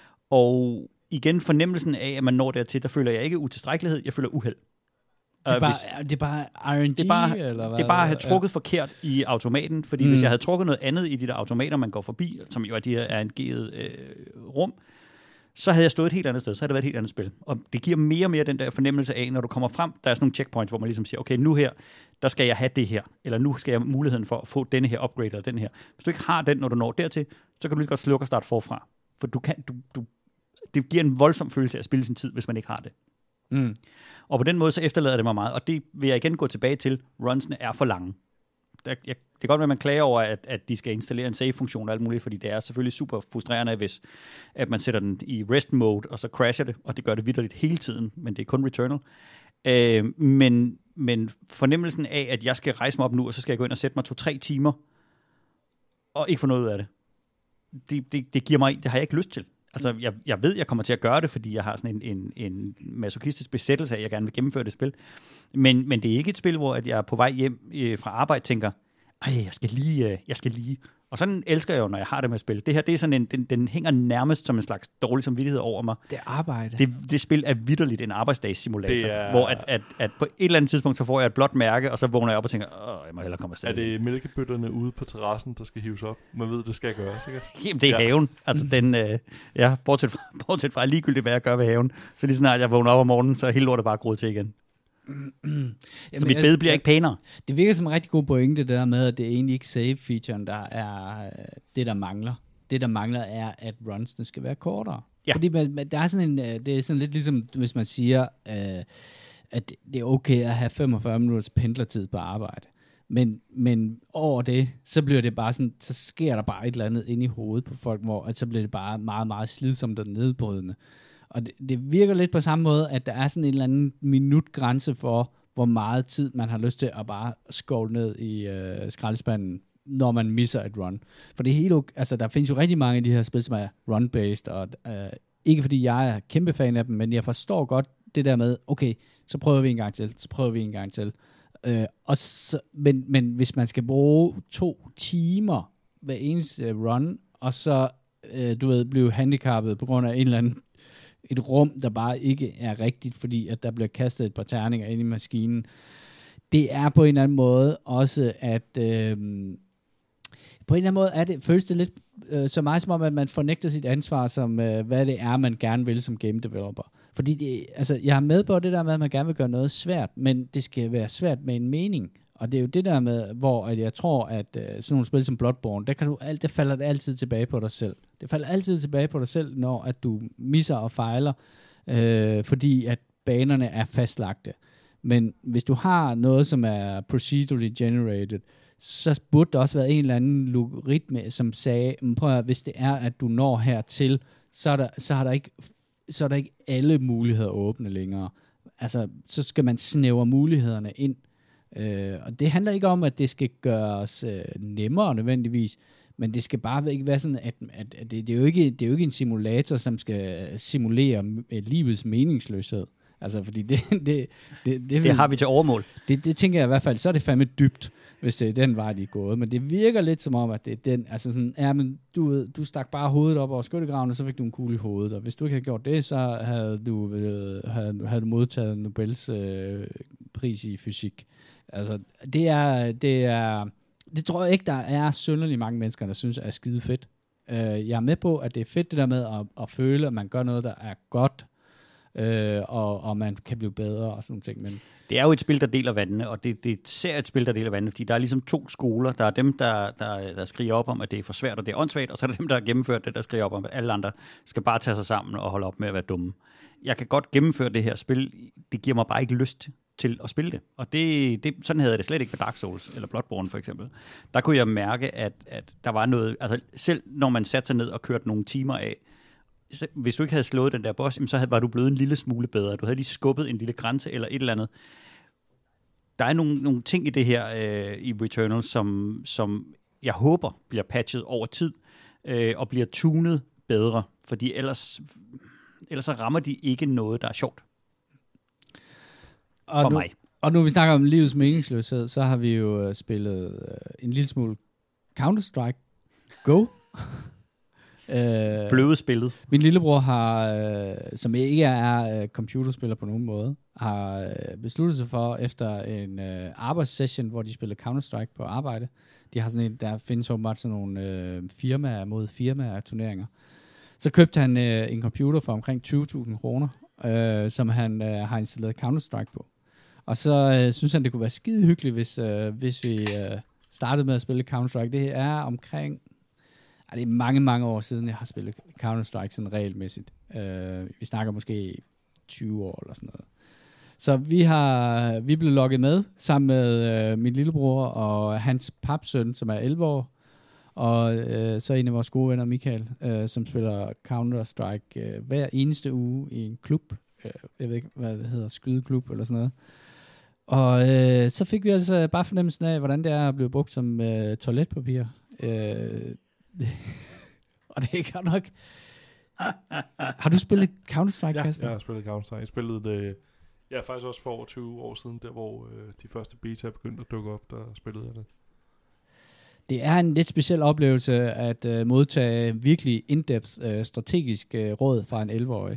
Og igen, fornemmelsen af, at man når dertil, der føler jeg ikke utilstrækkelighed, jeg føler uheld. Det er bare, hvis, det er bare R N G, det er bare, eller hvad? Det er bare at have trukket ja. forkert i automaten, fordi mm. hvis jeg havde trukket noget andet i de der automater, man går forbi, som jo er de her R N G'ede øh, rum, så havde jeg stået et helt andet sted, så havde det været et helt andet spil. Og det giver mere og mere den der fornemmelse af, når du kommer frem, der er sådan nogle checkpoints, hvor man ligesom siger, okay, nu her, der skal jeg have det her, eller nu skal jeg have muligheden for at få denne her upgrade, eller den her. Hvis du ikke har den, når du når dertil, så kan du lige godt slukke og starte forfra. For du kan, du, du, det giver en voldsom følelse af at spille sin tid, hvis man ikke har det. Mm. Og på den måde så efterlader det mig meget, og det vil jeg igen gå tilbage til, runsene er for lange. der, jeg, det kan godt være, at man klager over, at, at de skal installere en save-funktion og alt muligt, fordi det er selvfølgelig super frustrerende, hvis at man sætter den i rest mode, og så crasher det, og det gør det vitterligt hele tiden, men det er kun Returnal. Øh, men, men fornemmelsen af, at jeg skal rejse mig op nu, og så skal jeg gå ind og sætte mig to-tre timer, og ikke få noget ud af det, det, det, det giver mig, det har jeg ikke lyst til. Altså, jeg, jeg ved, jeg kommer til at gøre det, fordi jeg har sådan en, en, en masochistisk besættelse af, at jeg gerne vil gennemføre det spil. Men, men det er ikke et spil, hvor at jeg er på vej hjem øh, fra arbejde tænker, ej, jeg skal lige, øh, jeg skal lige. Og sådan elsker jeg jo, når jeg har det med at spille. Det her, det er sådan en, den, den hænger nærmest som en slags dårlig samvittighed over mig. Det er arbejde. Det, det spil er vitterligt en arbejdsdagssimulator, er... hvor at, at, at på et eller andet tidspunkt, så får jeg et blåt mærke, og så vågner jeg op og tænker, åh, jeg må hellere komme afsted. Er det mælkebøtterne ude på terrassen, der skal hives op? Man ved, det skal gøres, sikkert. Jamen, det er ja. haven. Altså, den, øh, ja, bortset fra, bortset fra ligegyldigt, hvad jeg gør ved haven. Så lige snart jeg vågner op om morgenen, så er hele lortet bare groet til igen. Jamen, så mit bed bliver ikke pænere. Det virker som en rigtig god pointe, det der med, at det er egentlig ikke save-featuren, der er det, der mangler. Det, der mangler, er, at runsene skal være kortere. Ja. Fordi man, der er sådan en, det er sådan lidt ligesom, hvis man siger, øh, at det er okay at have femogfyrre minutters pendlertid på arbejde. Men, men over det, så bliver det bare sådan, så sker der bare et eller andet inde i hovedet på folk, hvor at så bliver det bare meget, meget slidsomt og nedbrydende. Og det, det virker lidt på samme måde, at der er sådan en eller anden minutgrænse for, hvor meget tid man har lyst til at bare skåle ned i øh, skraldespanden, når man misser et run. For det er helt okay. Altså, der findes jo rigtig mange af de her spil, som er run-based, og øh, ikke fordi jeg er kæmpe fan af dem, men jeg forstår godt det der med, okay, så prøver vi en gang til, så prøver vi en gang til. Øh, og så, men, men hvis man skal bruge to timer hver eneste run, og så, øh, du ved, blive handicappet på grund af en eller anden et rum, der bare ikke er rigtigt, fordi at der bliver kastet et par terninger ind i maskinen. Det er på en eller anden måde også, at øh, på en eller anden måde er det, føles det lidt øh, så meget som om, at man fornægter sit ansvar, som øh, hvad det er, man gerne vil som game developer. Fordi det, altså, jeg er med på det der med, at man gerne vil gøre noget svært, men det skal være svært med en mening. Og det er jo det der med, hvor at jeg tror, at øh, sådan nogle spil som Bloodborne, der kan du alt, det falder det altid tilbage på dig selv. Det falder altid tilbage på dig selv, når at du misser og fejler, øh, fordi at banerne er fastlagte. Men hvis du har noget, som er procedurally generated, så burde der også være en eller anden logaritme, som sagde, prøv at, hvis det er, at du når hertil, så er der, så har der ikke, så er der ikke alle muligheder åbne længere. Altså, så skal man snævre mulighederne ind. Øh, og det handler ikke om, at det skal gøres øh, nemmere nødvendigvis, men det skal bare ikke være sådan, at, at, at det, det, er jo ikke, det er jo ikke en simulator, som skal simulere livets meningsløshed. Altså, fordi det... Det, det, det, det, det har vi til overmål. Det, det tænker jeg i hvert fald, så er det fandme dybt, hvis det er den vej, de er gået. Men det virker lidt som om, at det er den... Altså sådan, ja, men du, du stak bare hovedet op over skyttegraven, og så fik du en kugle i hovedet. Og hvis du ikke havde gjort det, så havde du, øh, havde, havde du modtaget Nobels øh, pris i fysik. Altså, det er... Det er det tror jeg ikke, der er synderligt mange mennesker, der synes er skide fedt. Uh, jeg er med på, at det er fedt det der med at, at føle, at man gør noget, der er godt, uh, og, og man kan blive bedre og sådan nogle ting. Men det er jo et spil, der deler vandene, og det, det ser et spil, der deler vandene, fordi der er ligesom to skoler. Der er dem, der, der, der skriger op om, at det er for svært, og det er åndssvagt, og så er der dem, der har gennemført det, der skriger op om, at alle andre skal bare tage sig sammen og holde op med at være dumme. Jeg kan godt gennemføre det her spil, det giver mig bare ikke lyst til at spille det. Og det, det, sådan havde jeg det slet ikke med Dark Souls eller Bloodborne for eksempel. Der kunne jeg mærke, at, at der var noget, altså selv når man satte sig ned og kørte nogle timer af, hvis du ikke havde slået den der boss, så havde, var du blevet en lille smule bedre. Du havde lige skubbet en lille grænse eller et eller andet. Der er nogle, nogle ting i det her øh, i Returnal, som, som jeg håber bliver patchet over tid øh, og bliver tunet bedre, fordi ellers, ellers så rammer de ikke noget, der er sjovt. Og for nu, mig. Og nu vi snakker om livets meningsløshed, så har vi jo uh, spillet uh, en lille smule Counter-Strike Go. uh, Bløde spillet. Min lillebror har, uh, som ikke er uh, computerspiller på nogen måde, har uh, besluttet sig for, efter en uh, arbejdssession, hvor de spiller Counter-Strike på arbejde. De har sådan en, der findes åbenbart sådan nogle uh, firmaer mod firmaer turneringer. Så købte han uh, en computer for omkring tyve tusind kroner, uh, som han uh, har installeret Counter-Strike på. Og så øh, synes han, det kunne være skide hyggeligt, hvis, øh, hvis vi øh, startede med at spille Counter-Strike. Det er omkring... Er det er mange, mange år siden, jeg har spillet Counter-Strike sådan regelmæssigt. Øh, vi snakker måske tyve år eller sådan noget. Så vi har vi blev logget med sammen med øh, min lillebror og hans papsøn, som er elleve år, og øh, så en af vores gode venner, Michael, øh, som spiller Counter-Strike øh, hver eneste uge i en klub. Øh, jeg ved ikke, hvad det hedder, skydeklub eller sådan noget. Og øh, så fik vi altså bare fornemmelsen af, hvordan det er at blive brugt som øh, toiletpapir. Øh, og det er godt nok... Har du spillet Counter-Strike, Ja, Kasper? jeg har spillet Counter-Strike. Jeg spillede det... Ja, faktisk også for over tyve år siden, der hvor øh, de første beta begyndte at dukke op, der spillede jeg det. Det er en lidt speciel oplevelse at uh, modtage virkelig in-depth uh, strategisk uh, råd fra en elleve-årig.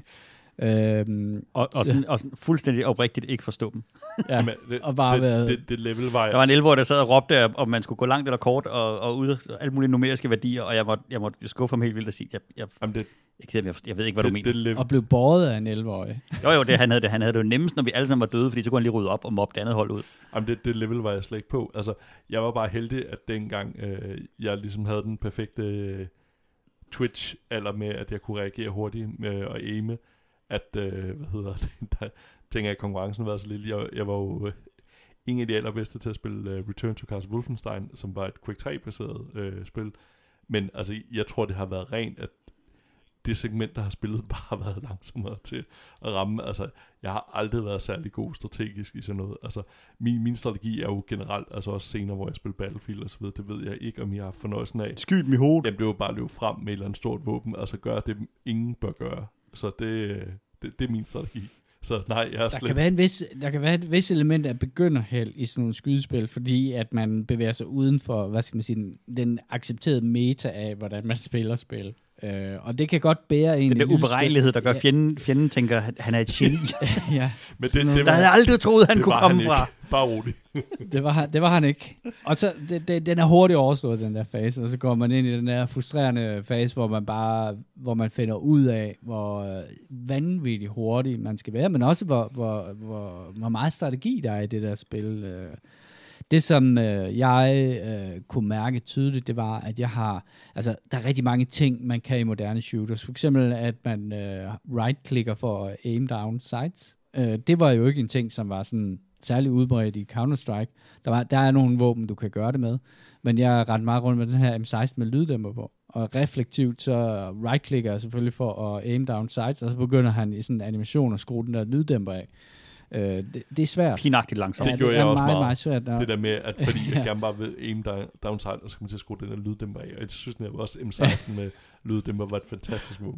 Øhm, og, og, sådan, og sådan fuldstændig oprigtigt ikke forstå dem. Ja, Jamen, det, og bare det, været... det, det level var... Der var en elleve-årig, der sad og råbte, om man skulle gå langt eller kort, og, og ud af alle mulige numeriske værdier, og jeg måtte, jeg måtte skuffe ham helt vildt og sige, jeg, jeg, Jamen det, jeg, jeg, jeg ved ikke, hvad det, du mener. Det level, Og blev båret af en elleve-årig. Jo, jo, det, han, havde det, han havde det jo nemmest, når vi alle sammen var døde, fordi så kunne han lige rydde op og mobbe det andet hold ud. Jamen det, det level var jeg slet ikke på. Altså, jeg var bare heldig, at dengang øh, jeg ligesom havde den perfekte øh, Twitch-alder med, at jeg kunne reagere hurtigt med at aime, at, øh, hvad hedder det, der tænker jeg, at konkurrencen var så lille. Jeg, jeg var jo øh, en af de allerbedste til at spille øh, Return to Castle Wolfenstein, som var et Quake tre-baseret øh, spil. Men altså, jeg tror, det har været rent, at det segment, der har spillet, bare har været langsommere til at ramme. Altså, jeg har aldrig været særlig god strategisk i sådan noget. Altså, min, min strategi er jo generelt, altså også senere, hvor jeg spiller Battlefield og så videre, det ved jeg ikke, om jeg har fornøjelsen af. Skyd dem i hovedet. Jamen, det var bare at løbe frem med et eller andet stort våben, altså gøre det, ingen bør gøre. Så det, det, det er min strategi. Så nej, jeg har Der slet... kan være en vis, der kan være et vis element af begynderheld i sådan nogle skydespil, fordi at man bevæger sig uden for, hvad skal man sige, den, den accepterede meta af, hvordan man spiller spil. Uh, og det kan godt bære en... Den der uberegnelighed, der gør ja. fjenden, fjenden tænker, at han er et geni. Ja. Men det, det, det Der var, havde jeg aldrig troet, han det kunne var komme han fra. ikke. Bare rolig. Det var, han- det var han ikke. Og så, det, det, den er hurtigt overstået, den der fase, og så går man ind i den der frustrerende fase, hvor man bare, hvor man finder ud af, hvor øh, vanvittigt hurtigt man skal være, men også hvor, hvor, hvor, hvor meget strategi der er i det der spil. Øh. Det, som øh, jeg øh, kunne mærke tydeligt, det var, at jeg har, altså, der er rigtig mange ting, man kan i moderne shooters. For eksempel, at man øh, right-klikker for at aim down sights. Øh, det var jo ikke en ting, som var sådan særlig udbredt i Counter-Strike. Der, var, der er nogle våben, du kan gøre det med, men jeg er ret meget rundt med den her M seksten med lyddæmper på. Og reflektivt, så right-klikker jeg selvfølgelig for at aim down sights, og så begynder han i sådan en animation at skrue den der lyddæmper af. Øh, det, det er svært. Pinagtigt langsomt. Det Ja, gjorde det jeg er også meget, meget. meget svært. Det der med, at fordi jeg Ja. gerne bare vil aim down, downside, og så kommer jeg til at skrue den her lyddæmper af. Og jeg synes, at også M seksten med lyddæmper var et fantastisk våben.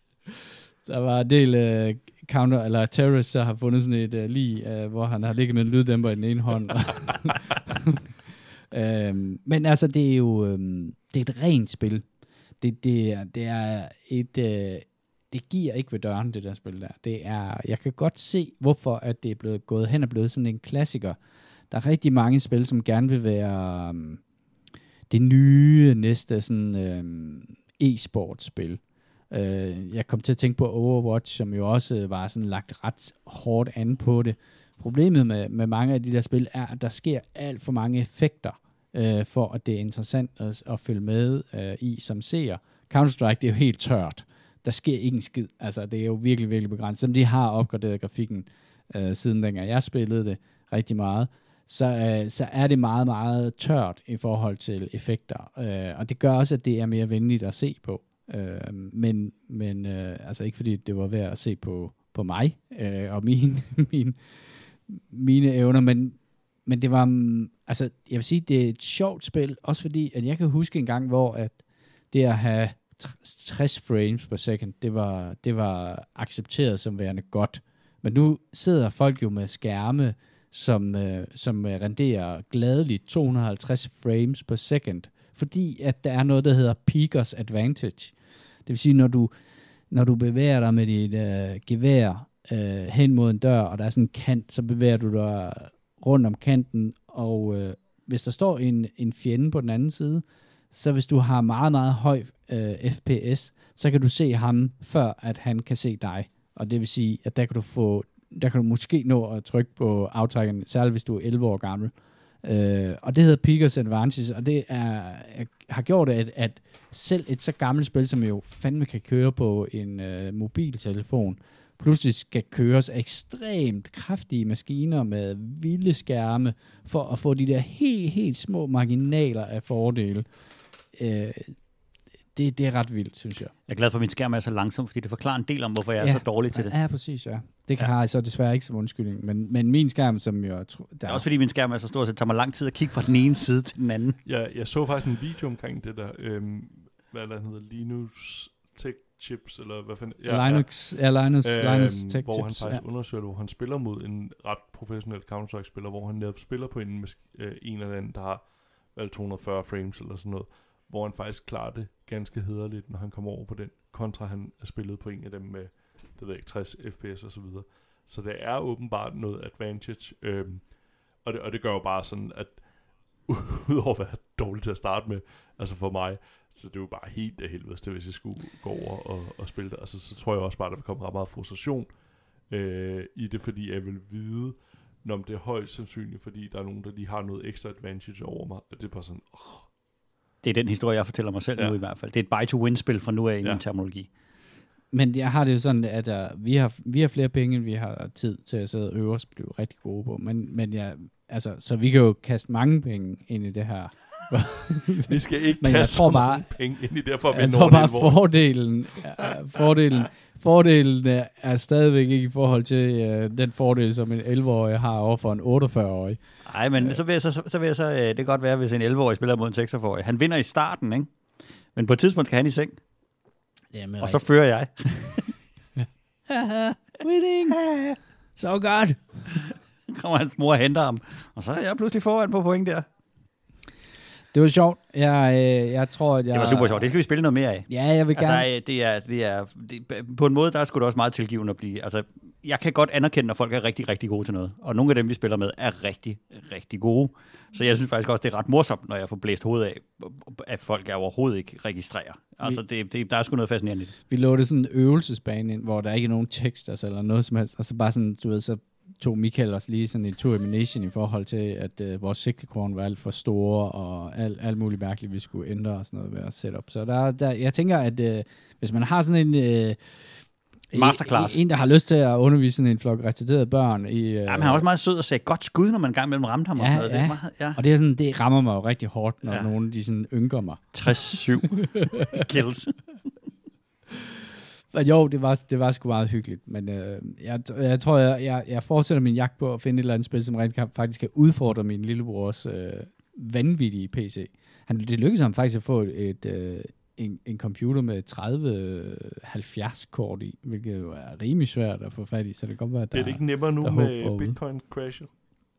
Der var en del uh, counter, eller terrorists, der har fundet sådan et uh, lig, uh, hvor han har ligget med en lyddæmper i den ene hånd. um, men altså, det er jo um, det er et rent spil. Det, det, er, det er et... Uh, det giver ikke ved døren, det der spil der. Det er, jeg kan godt se, hvorfor at det er blevet gået hen og blevet sådan en klassiker. Der er rigtig mange spil, som gerne vil være um, det nye næste sådan um, e-sportspil. Uh, jeg kom til at tænke på Overwatch, som jo også var sådan lagt ret hårdt an på det. Problemet med, med mange af de der spil er, at der sker alt for mange effekter, uh, for at det er interessant at, at følge med uh, i som seer. Counter-Strike, det er jo helt tørt. Der sker ikke en skid. Altså, det er jo virkelig, virkelig begrænset. Selvom de har opgraderet grafikken, uh, siden dengang jeg spillede det rigtig meget, så, uh, så er det meget, meget tørt i forhold til effekter. Uh, og det gør også, at det er mere venligt at se på. Uh, men men uh, altså ikke fordi det var værd at se på, på mig uh, og mine, mine, mine evner, men, men det var, um, altså jeg vil sige, det er et sjovt spil, også fordi, at jeg kan huske en gang, hvor at det at have tres frames per second, det var, det var accepteret som værende godt. Men nu sidder folk jo med skærme, som, uh, som renderer gladeligt to hundrede og halvtreds frames per second, fordi at der er noget, der hedder Peakers Advantage. Det vil sige, når du, når du bevæger dig med dit øh, gevær øh, hen mod en dør, og der er sådan en kant, så bevæger du dig rundt om kanten, og øh, hvis der står en, en fjende på den anden side, så hvis du har meget, meget høj øh, F P S, så kan du se ham, før at han kan se dig. Og det vil sige, at der kan du få, der kan du måske nå at trykke på aftrækkeren, særligt hvis du er elleve år gammel. Uh, og det hedder Peakers Advantage, og det er, har gjort, at, at selv et så gammelt spil, som jo fandme kan køre på en uh, mobiltelefon, pludselig skal køres ekstremt kraftige maskiner med vilde skærme, for at få de der helt, helt små marginaler af fordele. Øh, det, det er ret vildt, synes jeg. Jeg er glad for, at min skærm er så langsom, fordi det forklarer en del om, hvorfor jeg er ja, så dårlig til det. Ja, præcis, ja. Det kan ja. jeg så desværre ikke som undskyldning, men, men min skærm, som jeg tror... Det er også fordi, min skærm er så stor, så det tager mig lang tid at kigge fra den ene side til den anden. Jeg, jeg så faktisk en video omkring det der, øhm, hvad der hedder, Linux Tech Chips, eller hvad fanden... Ja, Linux, ja, Linux, øhm, Linux Tech hvor Chips. Hvor han faktisk ja. undersøger, hvor han spiller mod en ret professionel Counter-Strike-spiller, hvor han netop spiller på en, øh, en eller anden, der har vel to hundrede og fyrre frames eller sådan noget, hvor han faktisk klarer det ganske hæderligt, når han kommer over på den, kontra han er spillet på en af dem med, det ved jeg ikke, tres F P S og så videre. Så det er åbenbart noget advantage, øhm, og, det, og det gør jo bare sådan, at udover at være dårligt til at starte med, altså for mig, så det er jo bare helt af helvedes til, hvis jeg skulle gå over og, og spille det. Altså så tror jeg også bare, at der vil komme ret meget frustration øh, i det, fordi jeg vil vide, når det er højst sandsynligt, fordi der er nogen, der lige har noget ekstra advantage over mig, og det er bare sådan, åh. Det er den historie, jeg fortæller mig selv ja. nu i hvert fald. Det er et buy-to-win-spil fra nu af i ja. min terminologi. Men jeg har det jo sådan, at uh, vi, har, vi har flere penge, end vi har tid til at sidde og øve os og blive rigtig gode på. Men, men jeg, altså, så vi kan jo kaste mange penge ind i det her. Vi skal ikke men kaste så mange penge ind i det, for at jeg tror bare, fordelen, uh, fordelen, fordelen er stadigvæk ikke i forhold til uh, den fordel, som en elleve-årig har over for en otteogfyrre-årig. Nej, men så vil jeg så, så, så, vil jeg så uh, det kan godt være, hvis en elleve-årig spiller mod en seksogfyrre-årig. Han vinder i starten, ikke? Men på et tidspunkt skal han i seng. Jamen, og så fører jeg. Winning! Så godt! Kommer hans mor og henter ham. Og så er jeg pludselig foran på point der. Det var sjovt. Jeg, øh, jeg tror, at jeg... Det var super sjovt. Det skal vi spille noget mere af. Ja, jeg vil gerne... Altså, det er, det er, det, på en måde, der er sgu da også meget tilgivende at blive... Altså, jeg kan godt anerkende, når folk er rigtig, rigtig gode til noget. Og nogle af dem, vi spiller med, er rigtig, rigtig gode. Så jeg synes faktisk også, det er ret morsomt, når jeg får blæst hovedet af, at folk er overhovedet ikke registrerer. Altså, det, det, der er sgu noget fascinerende i det. Vi lå det sådan en øvelsesbane ind, hvor der ikke er nogen tekst altså, eller noget som helst. Og så bare sådan, du ved, så tog Michael også lige sådan en tur elimination i forhold til, at øh, vores sigtekorn var alt for store, og alt, alt muligt mærkeligt, vi skulle ændre og sådan noget ved at setup. Så der, der, jeg tænker, at øh, hvis man har sådan en... Øh, Masterclass. En, der har lyst til at undervise sådan en flok retarderede børn i... Øh, ja, men han er også meget sød og sagde godt skud, når man engang mellem ramte ham. Ja, og sådan noget. ja. Det er meget, ja. Og det, er sådan, det rammer mig jo rigtig hårdt, når ja. nogen de sådan ynker mig. tres syv kills. Men jo, det var, det var sgu meget hyggeligt. Men øh, jeg, jeg tror, jeg, jeg, jeg fortsætter min jagt på at finde et eller andet spil, som rent faktisk kan udfordre min lillebrors øh, vanvittige P C. Han, det lykkedes ham faktisk at få et... et øh, En, en computer med tredive halvfjerds kort i, hvilket jo er rimelig svært at få fat i, så det kan godt være, at der er det ikke nemmere nu med forude. Bitcoin crashet?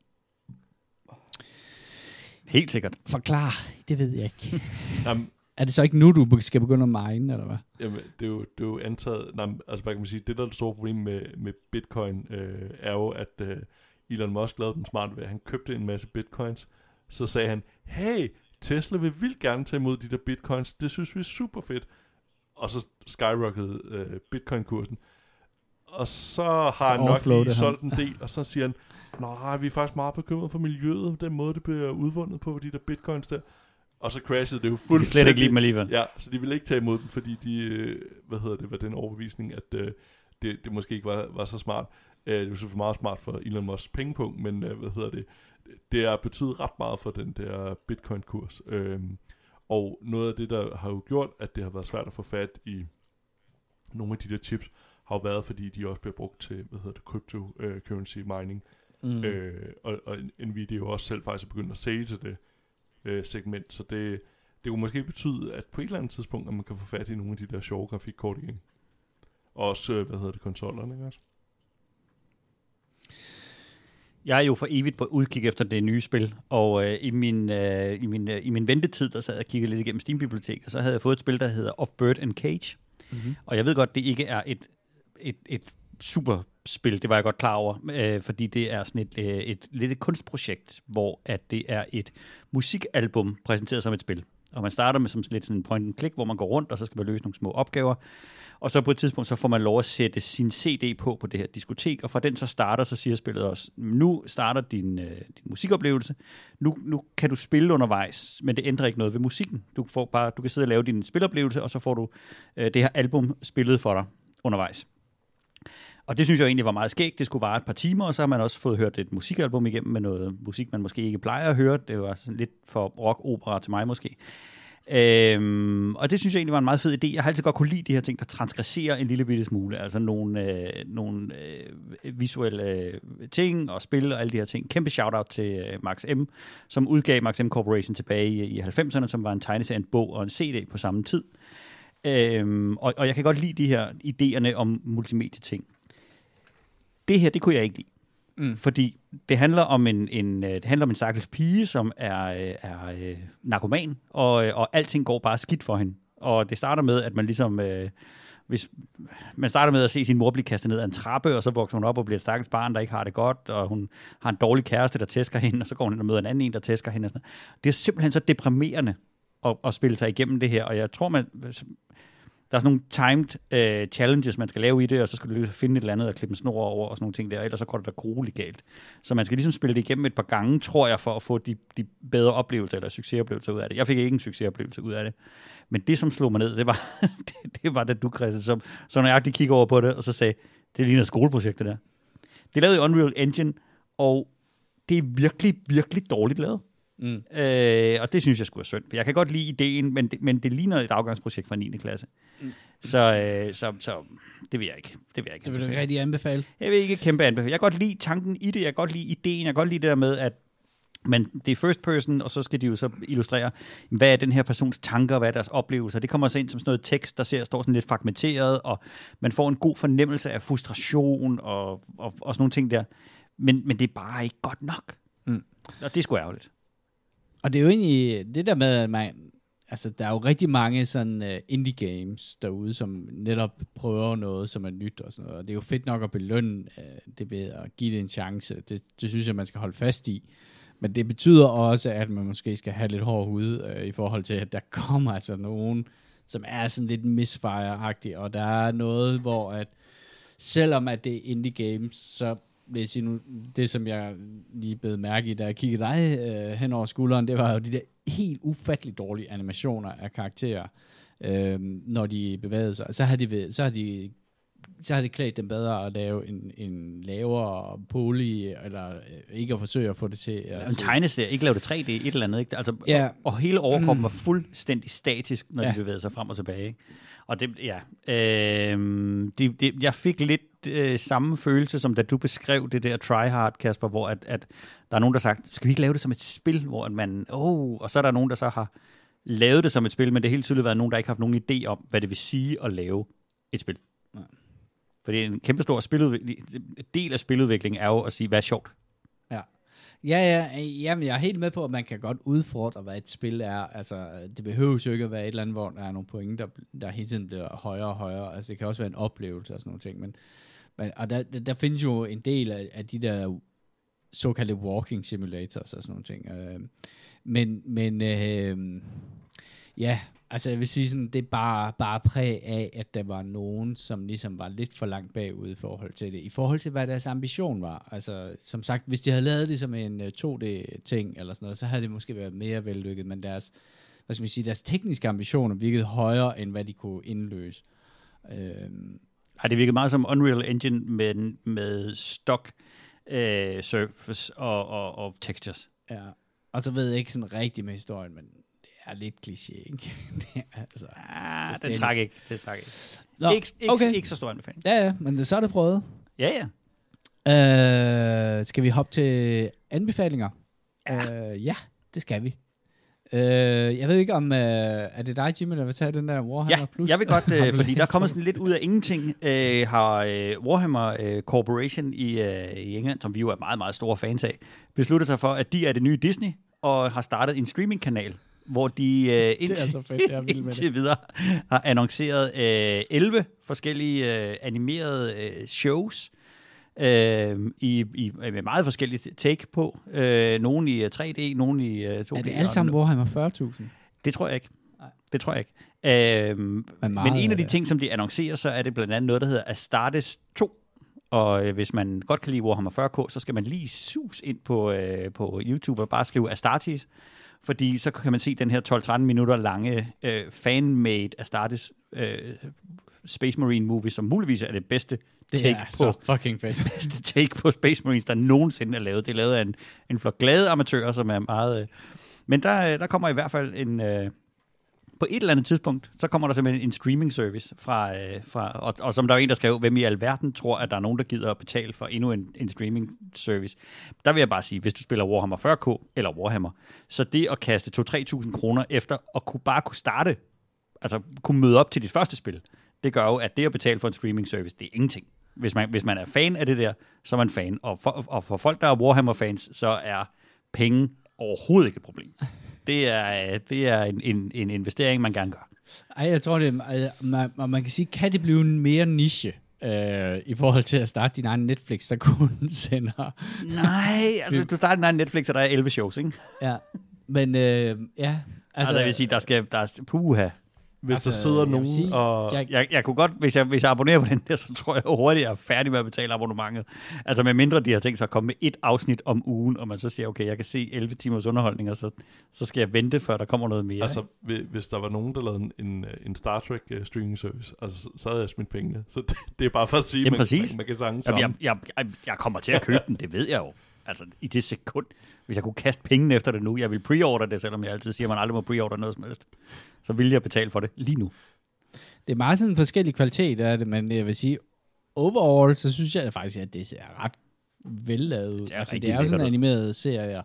Helt sikkert. Forklar, det ved jeg ikke. Jamen, er det så ikke nu, du skal begynde at mine, eller hvad? Jamen, det er jo, det er jo antaget, nej, altså hvad kan man sige, det der er det store problem med, med Bitcoin, øh, er jo, at øh, Elon Musk lavede den smart ved, at han købte en masse Bitcoins, så sagde han, hey, Tesla vil vildt gerne tage imod de der bitcoins. Det synes vi er super fedt. Og så skyrockede øh, bitcoin-kursen. Og så har så han nok lige solgt en del, og så siger han, nej, vi er faktisk meget bekymrede for miljøet, den måde, det bliver udvundet på, de der bitcoins der. Og så crashede det jo fuldstændig. De slet ikke lide dem alligevel. Ja, så de ville ikke tage imod dem, fordi de, øh, hvad hedder det, var den overbevisning, at øh, det, det måske ikke var, var så smart. Øh, det var selvfølgelig meget smart for Elon Musks pengepunkt, men øh, hvad hedder det, det har betydet ret meget for den der bitcoin-kurs. Øhm, og noget af det, der har jo gjort, at det har været svært at få fat i nogle af de der chips, har jo været, fordi de også bliver brugt til, hvad hedder det, cryptocurrency mining. Mm. Øh, og, og Nvidia jo også selv faktisk er begyndt at sælge til det øh, segment, så det, det kunne måske betyde, at på et eller andet tidspunkt, at man kan få fat i nogle af de der sjove grafikkort igen. Og også, øh, hvad hedder det, konsollerne, ikke også? Jeg er jo for evigt på udkig efter det nye spil, og øh, i, min, øh, i, min, øh, i min ventetid, der sad jeg og kiggede lidt igennem Steam-biblioteket, og så havde jeg fået et spil, der hedder Of Bird and Cage. Mm-hmm. Og jeg ved godt, det ikke er et, et, et super spil, det var jeg godt klar over, øh, fordi det er sådan et, øh, et lidt et kunstprojekt, hvor at det er et musikalbum præsenteret som et spil. Og man starter med som lidt sådan en point and click, hvor man går rundt, og så skal man løse nogle små opgaver. Og så på et tidspunkt, så får man lov at sætte sin C D på på det her diskotek, og fra den så starter, så siger spillet også, nu starter din, øh, din musikoplevelse, nu, nu kan du spille undervejs, men det ændrer ikke noget ved musikken. Du, får bare, du kan sidde og lave din spiloplevelse, og så får du øh, det her album spillet for dig undervejs. Og det synes jeg egentlig var meget skægt. Det skulle vare et par timer, og så har man også fået hørt et musikalbum igennem med noget musik, man måske ikke plejer at høre. Det var sådan lidt for rock-opera til mig måske. Øhm, og det synes jeg egentlig var en meget fed idé. Jeg har altid godt kunne lide de her ting, der transgresserer en lille bitte smule. Altså nogle, øh, nogle øh, visuelle øh, ting og spil og alle de her ting. Kæmpe shout-out til øh, Max M, som udgav Max M Corporation tilbage i, i halvfemserne, som var en tegneserie, en bog og en C D på samme tid. Øhm, og, og jeg kan godt lide de her idéerne om multimedie-ting. Det her, det kunne jeg ikke lide. Mm. Fordi det handler om en, en, det handler om en stakkels pige, som er, er øh, narkoman, og, og alting går bare skidt for hende. Og det starter med, at man ligesom... Øh, hvis, man starter med at se sin mor blive kastet ned ad en trappe, og så vokser hun op og bliver et stakkels barn, der ikke har det godt, og hun har en dårlig kæreste, der tæsker hende, og så går hun ind og møder en anden en, der tæsker hende. Og sådan. Det er simpelthen så deprimerende at, at spille sig igennem det her, og jeg tror, man... Der er sådan nogle timed uh, challenges, man skal lave i det, og så skal du lige finde et eller andet og klippe en snor over og sådan nogle ting der, ellers så går det da grueligt galt. Så man skal ligesom spille det igennem et par gange, tror jeg, for at få de, de bedre oplevelser eller succesoplevelser ud af det. Jeg fik ikke en succesoplevelse ud af det. Men det, som slog mig ned, det var, det, det var da du, Chris, som så nøjagtigt kiggede over på det, og så sagde, det ligner et skoleprojekt, det der. Det er lavet i Unreal Engine, og det er virkelig, virkelig dårligt lavet. Mm. Øh, og det synes jeg skulle være synd, for jeg kan godt lide ideen, men det, men det ligner et afgangsprojekt fra niende klasse. Mm. Så, øh, så, så det vil jeg ikke. Det vil jeg ikke. Det vil du ikke rigtig anbefale? Jeg vil ikke kæmpe anbefale. Jeg kan godt lide tanken i det, jeg kan godt lide ideen, jeg kan godt lide det der med, at men det er first person, og så skal de jo så illustrere, hvad er den her persons tanker, hvad er deres oplevelser. Det kommer så ind som sådan noget tekst, der ser, står sådan lidt fragmenteret, og man får en god fornemmelse af frustration og, og, og sådan nogle ting der. Men, men det er bare ikke godt nok. Mm. Og det er sgu ærgerligt. Og det er jo egentlig det der med, at man, altså der er jo rigtig mange sådan uh, indie games derude, som netop prøver noget, som er nyt og sådan noget. Og det er jo fedt nok at belønne uh, det ved at give det en chance. Det, det synes jeg, man skal holde fast i. Men det betyder også, at man måske skal have lidt hård hud uh, i forhold til, at der kommer altså nogen, som er sådan lidt misfire-agtige. Og der er noget, hvor at selvom at det er indie games, så vil jeg sige nu, det som jeg lige blev mærke i, da jeg kiggede dig øh, hen over skulderen, det var jo de der helt ufatteligt dårlige animationer af karakterer, øh, når de bevægede sig. Så har de, så har de, så har de klædt dem bedre at lave en, en lavere poly, eller øh, ikke at forsøge at få det til. Altså. En tegneserie, ikke lave det tre D, et eller andet. Ikke? Altså, ja. og, og hele overkroppen mm. var fuldstændig statisk, når ja. de bevægede sig frem og tilbage. Ikke? Og det, ja, øh, det, det, jeg fik lidt øh, samme følelse, som da du beskrev det der tryhard, Kasper, hvor at, at der er nogen, der har sagt, skal vi ikke lave det som et spil, hvor at man, oh, og så er der nogen, der så har lavet det som et spil, men det har helt tydeligt været nogen, der ikke har haft nogen idé om, hvad det vil sige at lave et spil. Ja. Fordi en kæmpe stor spiludvikling, del af spiludviklingen er jo at sige, hvad er sjovt. Ja. Ja, ja, jamen, jeg er helt med på, at man kan godt udfordre, hvad et spil er. Altså, det behøver jo ikke at være et eller andet, hvor der er nogle point, der, der hele tiden bliver højere og højere. Altså, det kan også være en oplevelse og sådan nogle ting. Men, men, og der, der findes jo en del af, af de der såkaldte walking simulators og sådan nogle ting. Øh, men, men øh, ja, altså jeg vil sige sådan, det er bare, bare præg af, at der var nogen, som ligesom var lidt for langt bagud i forhold til det. I forhold til, hvad deres ambition var. Altså, som sagt, hvis de havde lavet det som en uh, to D-ting, eller sådan noget, så havde det måske været mere vellykket, men deres, hvad skal man sige, deres tekniske ambitioner virkede højere, end hvad de kunne indløse. Øhm. Ej, det virkede meget som Unreal Engine med, med stock øh, surface og, og, og textures. Ja, og så ved jeg ikke sådan rigtigt med historien, men er lidt kliché, ikke? det er, altså, ah, det, det træk ikke. Det træk ikke. Nå, ikke, ikke, okay. ikke så stor anbefaling. Ja, ja, men så er det prøvet. Ja, ja. Uh, skal vi hoppe til anbefalinger? Ja, uh, ja det skal vi. Uh, jeg ved ikke om, uh, er det dig, Jimmy, der vil tage den der Warhammer ja, Plus? jeg vil godt, uh, fordi der kommer sådan lidt ud af ingenting, uh, har uh, Warhammer uh, Corporation i, uh, i England, som vi jo er meget, meget store fans af, besluttet sig for, at de er det nye Disney, og har startet en streamingkanal, hvor de øh, indtil, så fedt, jeg indtil videre har annonceret øh, elleve forskellige øh, animerede øh, shows øh, i, i, med meget forskellige take på. Øh, nogle i tre D, nogle i øh, to D. Er det alle sammen Warhammer fyrre tusind? Det tror jeg ikke. Nej. Det tror jeg ikke. Øh, men, men en af de ting, som de annoncerer, så er det blandt andet noget, der hedder Astartes to. Og øh, hvis man godt kan lide Warhammer fyrre K, så skal man lige sus ind på, øh, på YouTube og bare skrive Astartes. Fordi så kan man se den her tolv til tretten minutter lange øh, fan-made Astartes øh, Space Marine movie, som muligvis er det bedste det take er på, så fucking fedt. bedste take på Space Marines, der nogensinde er lavet. Det er lavet af en, en flok glade amatører, som er meget... Øh, men der, der kommer i hvert fald en... Øh, på et eller andet tidspunkt, så kommer der simpelthen en streaming service fra, øh, fra og, og som der er en, der skrev, hvem i alverden tror, at der er nogen, der gider at betale for endnu en, en streaming service. Der vil jeg bare sige, hvis du spiller Warhammer fyrre K eller Warhammer, så det at kaste to til tre tusind kroner efter og kunne bare kunne starte, altså kunne møde op til dit første spil, det gør jo, at det at betale for en streaming service, det er ingenting. Hvis man, hvis man er fan af det der, så er man fan. Og for, og for folk, der er Warhammer-fans, så er penge overhovedet ikke et problem. Det er, det er en, en, en investering, man gerne gør. Ej, jeg tror, det er, man, man kan sige, kan det blive en mere niche øh, i forhold til at starte din egen Netflix, der kun sender... Nej, altså du starter din egen Netflix, og der er elleve shows, ikke? Ja, men øh, ja... Altså, altså jeg vil sige, der skal... Der er, puha. Hvis altså, der sidder nogen sige, og... Jeg, Jeg, jeg kunne godt, hvis jeg, hvis jeg abonnerer på den der, så tror jeg hurtigt, jeg er færdig med at betale abonnementet. Altså med mindre de har tænkt sig at komme med et afsnit om ugen, og man så siger, okay, jeg kan se elleve timers underholdning, og så, så skal jeg vente, før der kommer noget mere. Altså, hvis der var nogen, der lavede en, en Star Trek uh, streaming service, altså, så havde jeg smidt pengene. Så det, det er bare for at sige, Jamen, man, præcis. man, man kan sange Jamen, sammen. jeg, jeg, jeg, jeg kommer til at købe den, det ved jeg jo. Altså i det sekund. Hvis jeg kunne kaste pengene efter det nu, jeg vil pre-order det, selvom jeg altid siger, at man aldrig må pre-order noget som helst. Så vil jeg betale for det lige nu. det er meget sådan en forskellig kvalitet af det, men jeg vil sige, overall, så synes jeg faktisk, at det ser ret vellavet ud. Det er, altså, det er jo sådan en animeret serier.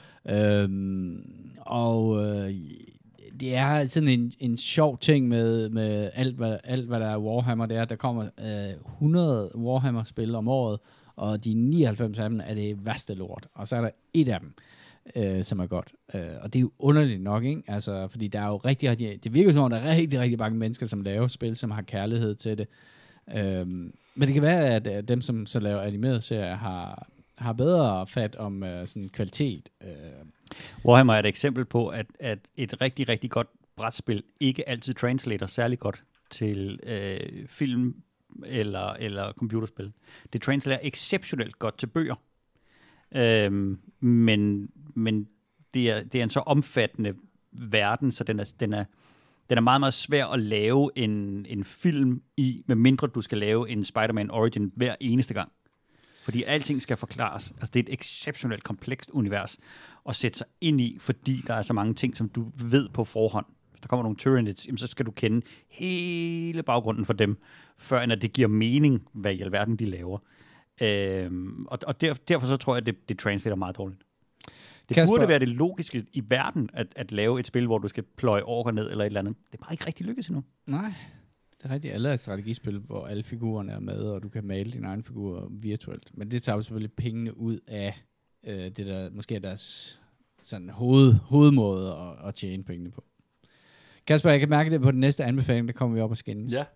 Øhm, og øh, det er sådan en, en sjov ting med, med alt, hvad, alt, hvad der er Warhammer. Det er, at der kommer øh, hundrede Warhammer-spil om året, og de nioghalvfems af dem er det værste lort. Og så er der et af dem, øh, som er godt. Øh, og det er jo underligt nok, ikke? Altså, fordi der er jo rigtig, rigtig, det virker som om, der er rigtig, rigtig mange mennesker, som laver spil, som har kærlighed til det. Øh, men det kan være, at, at dem, som så laver animerede serier, har, har bedre fat om øh, sådan kvalitet. Øh. Warhammer er et eksempel på, at, at et rigtig, rigtig godt brætspil ikke altid translater særlig godt til øh, film eller, eller computerspil. Det translaterer exceptionelt godt til bøger. Øhm, men men det, er, det er en så omfattende verden, så den er, den er, den er meget, meget svær at lave en, en film i, medmindre du skal lave en Spider-Man Origin hver eneste gang. Fordi alting skal forklares. Altså, det er et exceptionelt komplekst univers at sætte sig ind i, fordi der er så mange ting, som du ved på forhånd. Hvis der kommer nogle Tyranids, så skal du kende hele baggrunden for dem, før end at det giver mening, hvad i alverden de laver. Øhm, og og der, derfor så tror jeg, at det, det translater meget dårligt. Det Kasper, burde være det logiske i verden, at, at lave et spil, hvor du skal pløje orker ned eller et eller andet. Det er bare ikke rigtig lykkes endnu. Nej, det er rigtigt. Alle er et strategispil, hvor alle figurerne er med, og du kan male din egen figur virtuelt. Men det tager jo selvfølgelig pengene ud af øh, det, der måske er deres sådan, hoved, hovedmåde at, at tjene pengene på. Kasper, jeg kan mærke det på den næste anbefaling, der kommer vi op og skændes. Ja.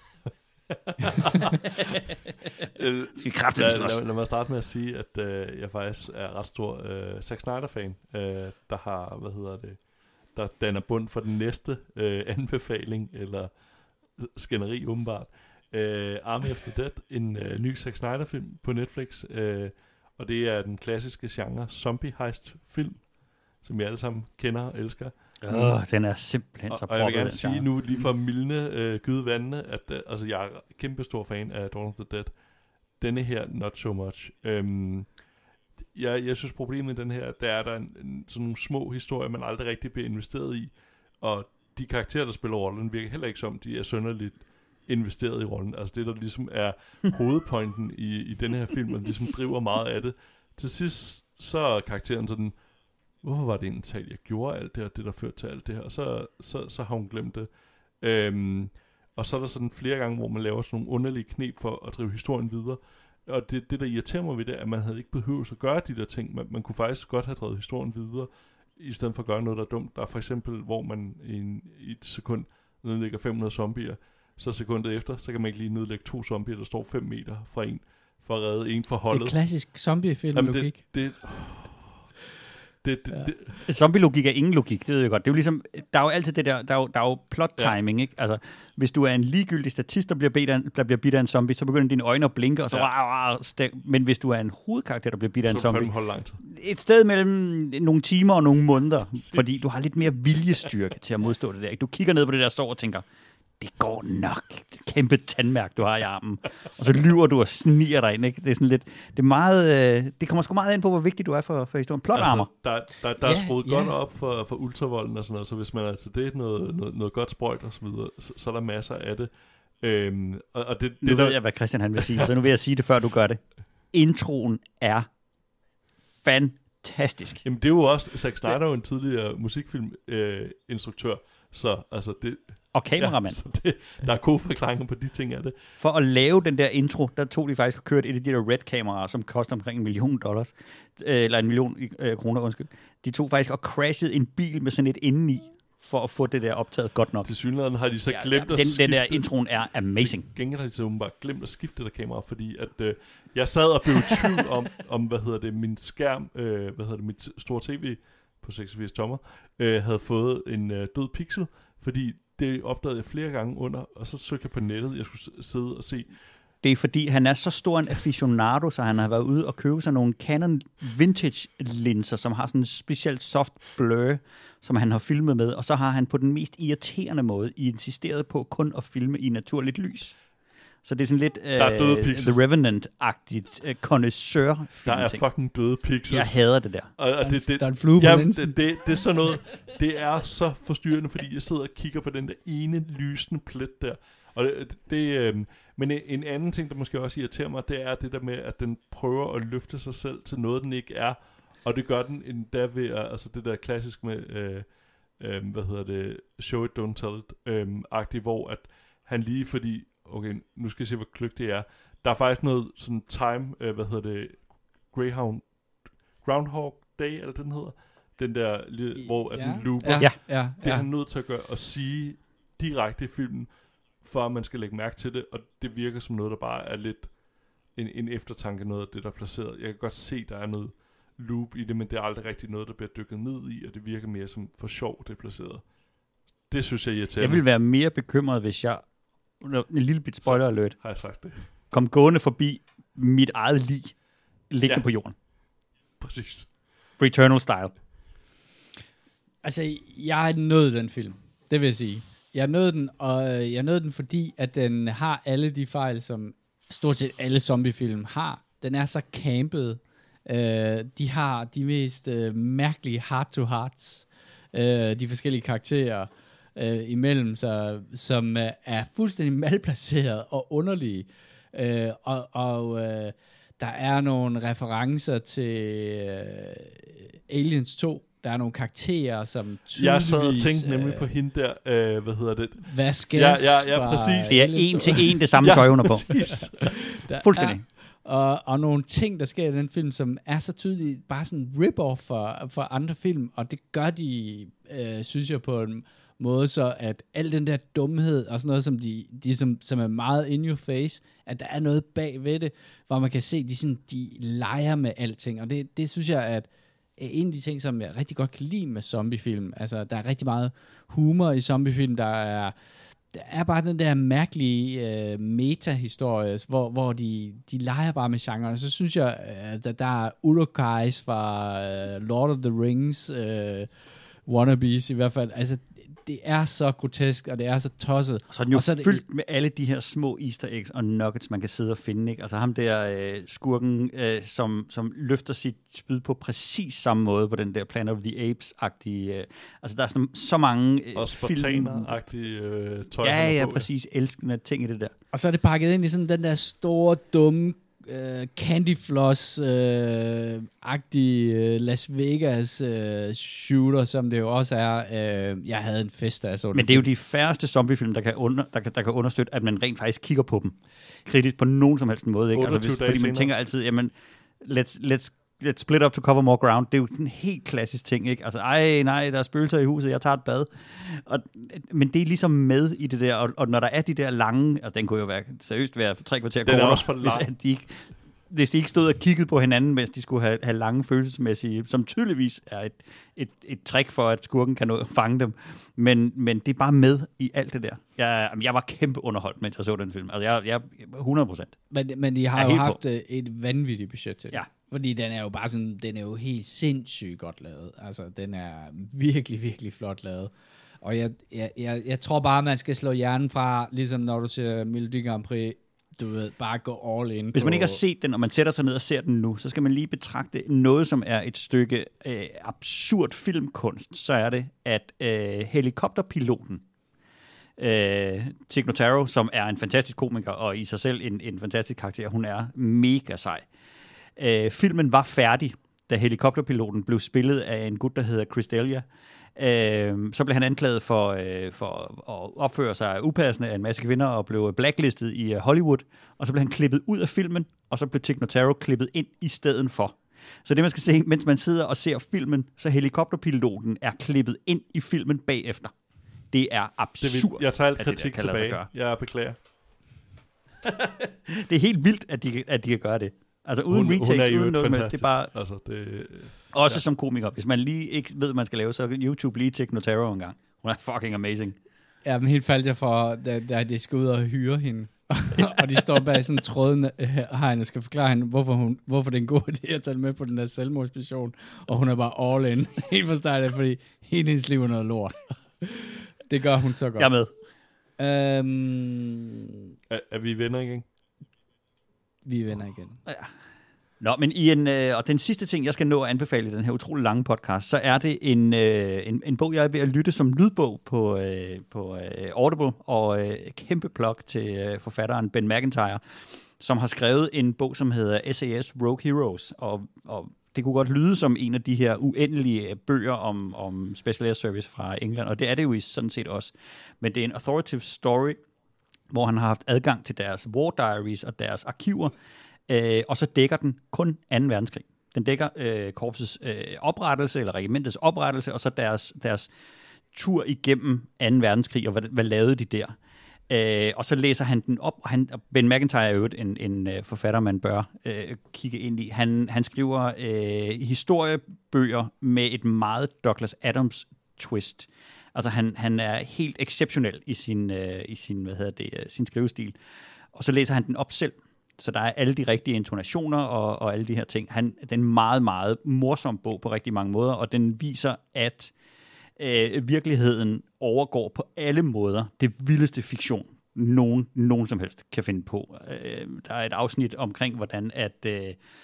Skal vi kræfte lad, lad, lad mig starte med at sige, at øh, jeg faktisk er ret stor øh, Zack Snyder-fan, øh, der har, hvad hedder det, der danner bund for den næste øh, anbefaling, eller skænderi åbenbart. Øh, Army of the Dead, en øh, ny Zack Snyder-film på Netflix, øh, og det er den klassiske genre zombie heist-film, som vi alle sammen kender og elsker. Åh, oh, den er simpelthen så proppet. Og jeg vil gerne sige genre. nu, lige for at mildne øh, gyde vandene, at øh, altså, jeg er kæmpe stor fan af Dawn of the Dead. Denne her, not so much. Øhm, jeg, jeg synes, problemet i den her, der er der en, en, sådan nogle små historier, man aldrig rigtig bliver investeret i, og de karakterer, der spiller rollen, virker heller ikke som, de er synderligt investeret i rollen. Altså det, der ligesom er hovedpointen i, i den her film, og ligesom driver meget af det. Til sidst, så er karakteren sådan, hvorfor var det egentlig talt, jeg gjorde alt det her, det der førte til alt det her, og så, så, så har hun glemt det. Øhm, og så er der sådan flere gange, hvor man laver sådan nogle underlige knep for at drive historien videre, og det, det der irriterer mig ved det, er, at man havde ikke behøvet at gøre de der ting. Man, man kunne faktisk godt have drevet historien videre, i stedet for at gøre noget, der er dumt. Der er for eksempel, hvor man i, en, i et sekund nedlægger fem hundrede zombier, så sekundet efter, så kan man ikke lige nedlægge to zombier, der står fem meter fra en, for at redde en fra holdet. Det er klassisk zombie-film-logik. Det, det, det, det, ja. det. Zombie-logik er ingen logik, det ved jeg godt. Det er jo ligesom, der er jo altid det der, der er jo, der er jo plot-timing, ja. Ikke? Altså, hvis du er en ligegyldig statist, der bliver bidt af, der bliver bidt af en zombie, så begynder dine øjne at blinke, og så ja. wow, wow, men hvis du er en hovedkarakter, der bliver bidt af en zombie, et sted mellem nogle timer og nogle måneder, præcis. Fordi du har lidt mere viljestyrke til at modstå det der. Ikke? Du kigger ned på det der, står og tænker, det går nok. kæmpe tandmærke, du har i armen. Og så lyver du og sniger dig ind, ikke? Det er sådan lidt, det er meget, øh, det kommer sgu meget ind på, hvor vigtig du er for, for historien. Plot armor. Altså, der, der, der Ja, er skruet ja. godt op for, for ultravolden og sådan noget, så hvis man altså det er noget, noget, noget godt sprøjt og så videre, så, så er der masser af det. Øhm, og, og det, Nu det ved der, jeg, hvad Christian han vil sige, så nu vil jeg sige det, før du gør det. Introen er fantastisk. Jamen det er jo også, Zack Snyder er jo en tidligere musikfilminstruktør, øh, instruktør, så altså det... Og kameramand. Ja, så det, der er gode forklaringer på de ting af det. For at lave den der intro, der tog de faktisk og kørte et af de der Red-kameraer, som koster omkring en million dollars, øh, eller en million øh, kroner, undskyld. De tog faktisk og crashede en bil med sådan et indeni, for at få det der optaget godt nok. Til synligheden har de så Ja, glemt ja, at den, skifte... den der introen er amazing. Til gengæld har de så åbenbart glemt at skifte det der kamera, fordi at øh, jeg sad og blev i tvivl om, om, hvad hedder det, min skærm, øh, hvad hedder det, mit store tv på seksogfirs tommer, øh, havde fået en øh, død pixel, fordi det opdagede jeg flere gange under, og så søgte jeg på nettet, jeg skulle sidde og se. Det er fordi, han er så stor en aficionado, så han har været ude og købe sig nogle Canon vintage linser, som har sådan en specielt soft blur, som han har filmet med, og så har han på den mest irriterende måde insisteret på kun at filme i naturligt lys. Så det er sådan lidt uh, The Revenant-agtigt uh, connoisseur-film. Der er fucking døde pixels. Jeg hader det der. Og, og det, det, der er en flue på jamen, linsen. det, det, det er sådan noget, det er så forstyrrende, fordi jeg sidder og kigger på den der ene lysende plet der. Og det, det øh, men en anden ting, der måske også irriterer mig, det er det der med, at den prøver at løfte sig selv til noget, den ikke er. Og det gør den endda ved at, altså det der klassisk med, øh, øh, hvad hedder det, show it, don't tell it, øh, agtigt, hvor at han lige fordi, okay, nu skal jeg se, hvor kløgt det er. Der er faktisk noget sådan time, øh, hvad hedder det, Greyhound, Groundhog Day, eller den hedder. Den der, lige, hvor at ja. den looper. Ja, Ja. ja, Det er ja. han nødt til at gøre, at sige direkte i filmen, for at man skal lægge mærke til det, og det virker som noget, der bare er lidt en, en eftertanke, noget af det, der er placeret. Jeg kan godt se, der er noget loop i det, men det er aldrig rigtig noget, der bliver dykket ned i, og det virker mere som for sjov, det er placeret. Det synes jeg irriterer Jeg mig. vil være mere bekymret, hvis jeg, en lille bit spoiler alert, Har jeg sagt det? kom gående forbi mit eget lig, liggende Ja. på jorden. Præcis. Returnal style. Altså, jeg nød den film. Det vil jeg sige. Jeg nød den, og jeg nød den, fordi at den har alle de fejl, som stort set alle zombiefilm har. Den er så campet. Uh, de har de mest uh, mærkelige heart-to-hearts, uh, de forskellige karakterer uh, imellem sig, som uh, er fuldstændig malplaceret og underlige. Uh, og og uh, der er nogle referencer til uh, Aliens to. Der er nogle karakterer, som tydeligvis... Jeg sad og tænkte nemlig på hende der, øh, hvad hedder det? Vaskes Ja, ja, ja, fra præcis. Det er Aliens en to. til en det samme tøj, hun er på. præcis. Der Fuldstændig. er- Og, og nogle ting, der sker i den film, som er så tydeligt bare sådan en rip-off for, for andre film, og det gør de, øh, synes jeg, på en måde, så at al den der dumhed og sådan noget, som, de, de som, som er meget in your face, at der er noget bag ved det, hvor man kan se, de, sådan, de leger med alting, og det, det synes jeg, at en af de ting, som jeg rigtig godt kan lide med zombiefilm. Altså, der er rigtig meget humor i zombiefilm, der er der er bare den der mærkelige øh, meta-historie, hvor, hvor de, de leger bare med genren. Så synes jeg, at der, der er Uruk-hais fra øh, Lord of the Rings, øh, wannabes i hvert fald. Altså, det er så grotesk, og det er så tosset. Så er den jo Og så er det- fyldt med alle de her små easter eggs og nuggets, man kan sidde og finde. Ikke? Altså ham der øh, skurken, øh, som, som løfter sit spyd på præcis samme måde på den der Planet of the Apes-agtige... Øh, altså der er sådan, så mange øh, Og film... spartaner-agtige øh, tøj. han Ja, har ja, på, præcis. Elskende ting i det der. Og så er det pakket ind i sådan den der store, dumme, øh, Candy Floss-agtige øh, Las Vegas øh, shooter, som det jo også er. Øh, jeg havde en fest, da jeg så den Men det er jo film. de færreste zombiefilm, der kan, under, der, kan, der kan understøtte, at man rent faktisk kigger på dem kritisk på nogen som helst måde. Ikke? Altså, otteogtyve hvis, dage fordi man senere. tænker altid, jamen, let's, let's, let's split up to cover more ground. Det er jo sådan en helt klassisk ting. Ikke? Altså, ej, nej, der er spøgelser i huset, jeg tager et bad. Og, men det er ligesom med i det der, og, og når der er de der lange, altså den kunne jo være, seriøst være tre kvarter Den er kortere, også for hvis, lang. at de ikke, hvis de ikke stod og kiggede på hinanden, mens de skulle have, have lange følelsesmæssige, som tydeligvis er et, et, et trick for, at skurken kan nå at fange dem. Men, men det er bare med i alt det der. Jeg, jeg var kæmpe underholdt, mens jeg så den film. Altså, jeg, jeg hundrede procent. Men, men de Jeg har er jo helt haft øh, et vanvittigt budget til det. Ja. Fordi den er jo bare sådan, den er jo helt sindssygt godt lavet. Altså, den er virkelig, virkelig flot lavet. Og jeg, jeg, jeg, jeg tror bare, man skal slå hjernen fra, ligesom når du ser Melodi Grand Prix, du ved, bare gå all in. Hvis man på... ikke har set den, og man sætter sig ned og ser den nu, så skal man lige betragte noget, som er et stykke øh, absurd filmkunst. Så er det, at øh, helikopterpiloten, øh, Tig Notaro, som er en fantastisk komiker, og i sig selv en, en fantastisk karakter, hun er mega sej. Øh, filmen var færdig, da helikopterpiloten blev spillet af en gut, der hedder Chris D'Elia. Øh, så blev han anklaget for, øh, for at opføre sig upassende af en masse kvinder og blev blacklistet i Hollywood, og så blev han klippet ud af filmen, og så blev Tig Notaro klippet ind i stedet for. Så det man skal se, mens man sidder og ser filmen, så helikopterpiloten er klippet ind i filmen bagefter. Det er absurd. Det vil, jeg tager alt kritik det tilbage. Jeg beklager. Det er helt vildt, at de, at de kan gøre det. Altså uden hun, retakes, hun uden noget med, det er bare... Altså, det, også ja. Som komiker. Hvis man lige ikke ved, hvad man skal lave, så kan YouTube lige Tig Notaro en gang. Hun er fucking amazing. Ja, men helt faldt jeg for, da, da de skal ud og hyre hende. Og de står bag sådan en tråden hegn og skal forklare hende, hvorfor, hun, hvorfor det er en god idé at tage med på den der selvmordsmission. Og hun er bare all in. Helt for startet, fordi hele hendes liv er noget lort. Det gør hun så godt. Jeg er med. Øhm, er, er vi venner igen? Vi er venner igen. Ja. Nå, men i en, øh, og den sidste ting, jeg skal nå at anbefale i den her utrolig lange podcast, så er det en, øh, en, en bog, jeg er ved at lytte som lydbog på, øh, på øh, Audible, og øh, kæmpe plug til øh, forfatteren Ben McIntyre, som har skrevet en bog, som hedder S A S Rogue Heroes, og, og det kunne godt lyde som en af de her uendelige bøger om, om Special Air Service fra England, og det er det jo sådan set også. Men det er en authoritative story, hvor han har haft adgang til deres war diaries og deres arkiver, øh, og så dækker den kun anden verdenskrig. Den dækker øh, korpsets øh, oprettelse, eller regimentets oprettelse, og så deres, deres tur igennem anden verdenskrig, og hvad, hvad lavede de der. Øh, og så læser han den op, og han, Ben McIntyre er jo en, en uh, forfatter, man bør uh, kigge ind i. Han, han skriver uh, historiebøger med et meget Douglas Adams twist. Altså han, han er helt exceptionel i sin, uh, i sin, hvad hedder det, uh, sin skrivestil. Og så læser han den op selv. Så der er alle de rigtige intonationer og, og alle de her ting. Han, det er en meget, meget morsom bog på rigtig mange måder, og den viser, at øh, virkeligheden overgår på alle måder det vildeste fiktion, nogen, nogen som helst kan finde på. Øh, der er et afsnit omkring, hvordan at øh,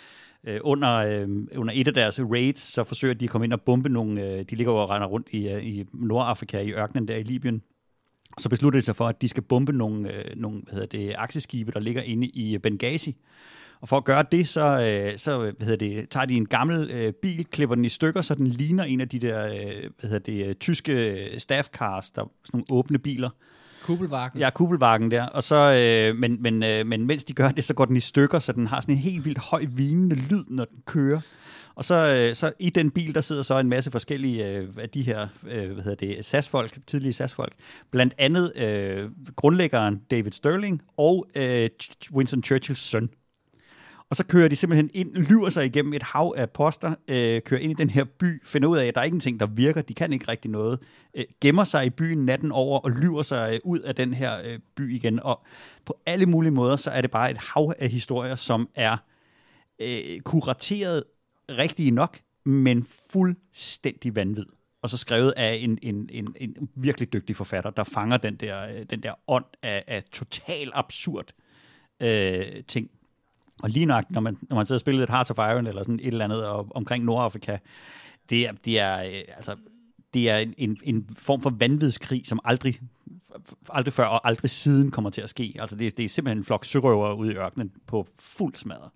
under, øh, under et af deres raids, så forsøger de at komme ind og bombe nogle, øh, de ligger og render rundt i, i Nordafrika, i ørkenen der i Libyen. Så beslutter de sig for, at de skal bombe nogle, øh, nogle hvad hedder det, aktieskibe, der ligger inde i Benghazi. Og for at gøre det, så, øh, så hvad hedder det, tager de en gammel øh, bil, klipper den i stykker, så den ligner en af de der øh, hvad hedder det, tyske staff cars, der er sådan nogle åbne biler. Kubelwagen. Ja, Kubelwagen der. Og så, øh, men, men, øh, men mens de gør det, så går den i stykker, så den har sådan en helt vildt høj vinende lyd, når den kører. Og så, så i den bil, der sidder så en masse forskellige øh, af de her, øh, hvad hedder det, S A S-folk, tidlige S A S-folk. Blandt andet øh, grundlæggeren David Sterling og øh, Winston Churchills søn. Og så kører de simpelthen ind, lyver sig igennem et hav af poster, øh, kører ind i den her by, finder ud af, at der er ingenting, der virker, de kan ikke rigtig noget, øh, gemmer sig i byen natten over og lyver sig øh, ud af den her øh, by igen. Og på alle mulige måder, så er det bare et hav af historier, som er øh, kurateret rigtige nok, men fuldstændig vanvid. Og så skrevet af en, en, en, en virkelig dygtig forfatter, der fanger den der, den der ånd af, af total absurd øh, ting. Og lige nok, når man, når man sidder og spiller et Hearts of Iron, eller sådan et eller andet og, omkring Nordafrika, det er, det er, øh, altså, det er en, en form for vanvidskrig, som aldrig, aldrig før og aldrig siden kommer til at ske. Altså det, det er simpelthen en flok sørøvere ude i ørkenen på fuld smadret.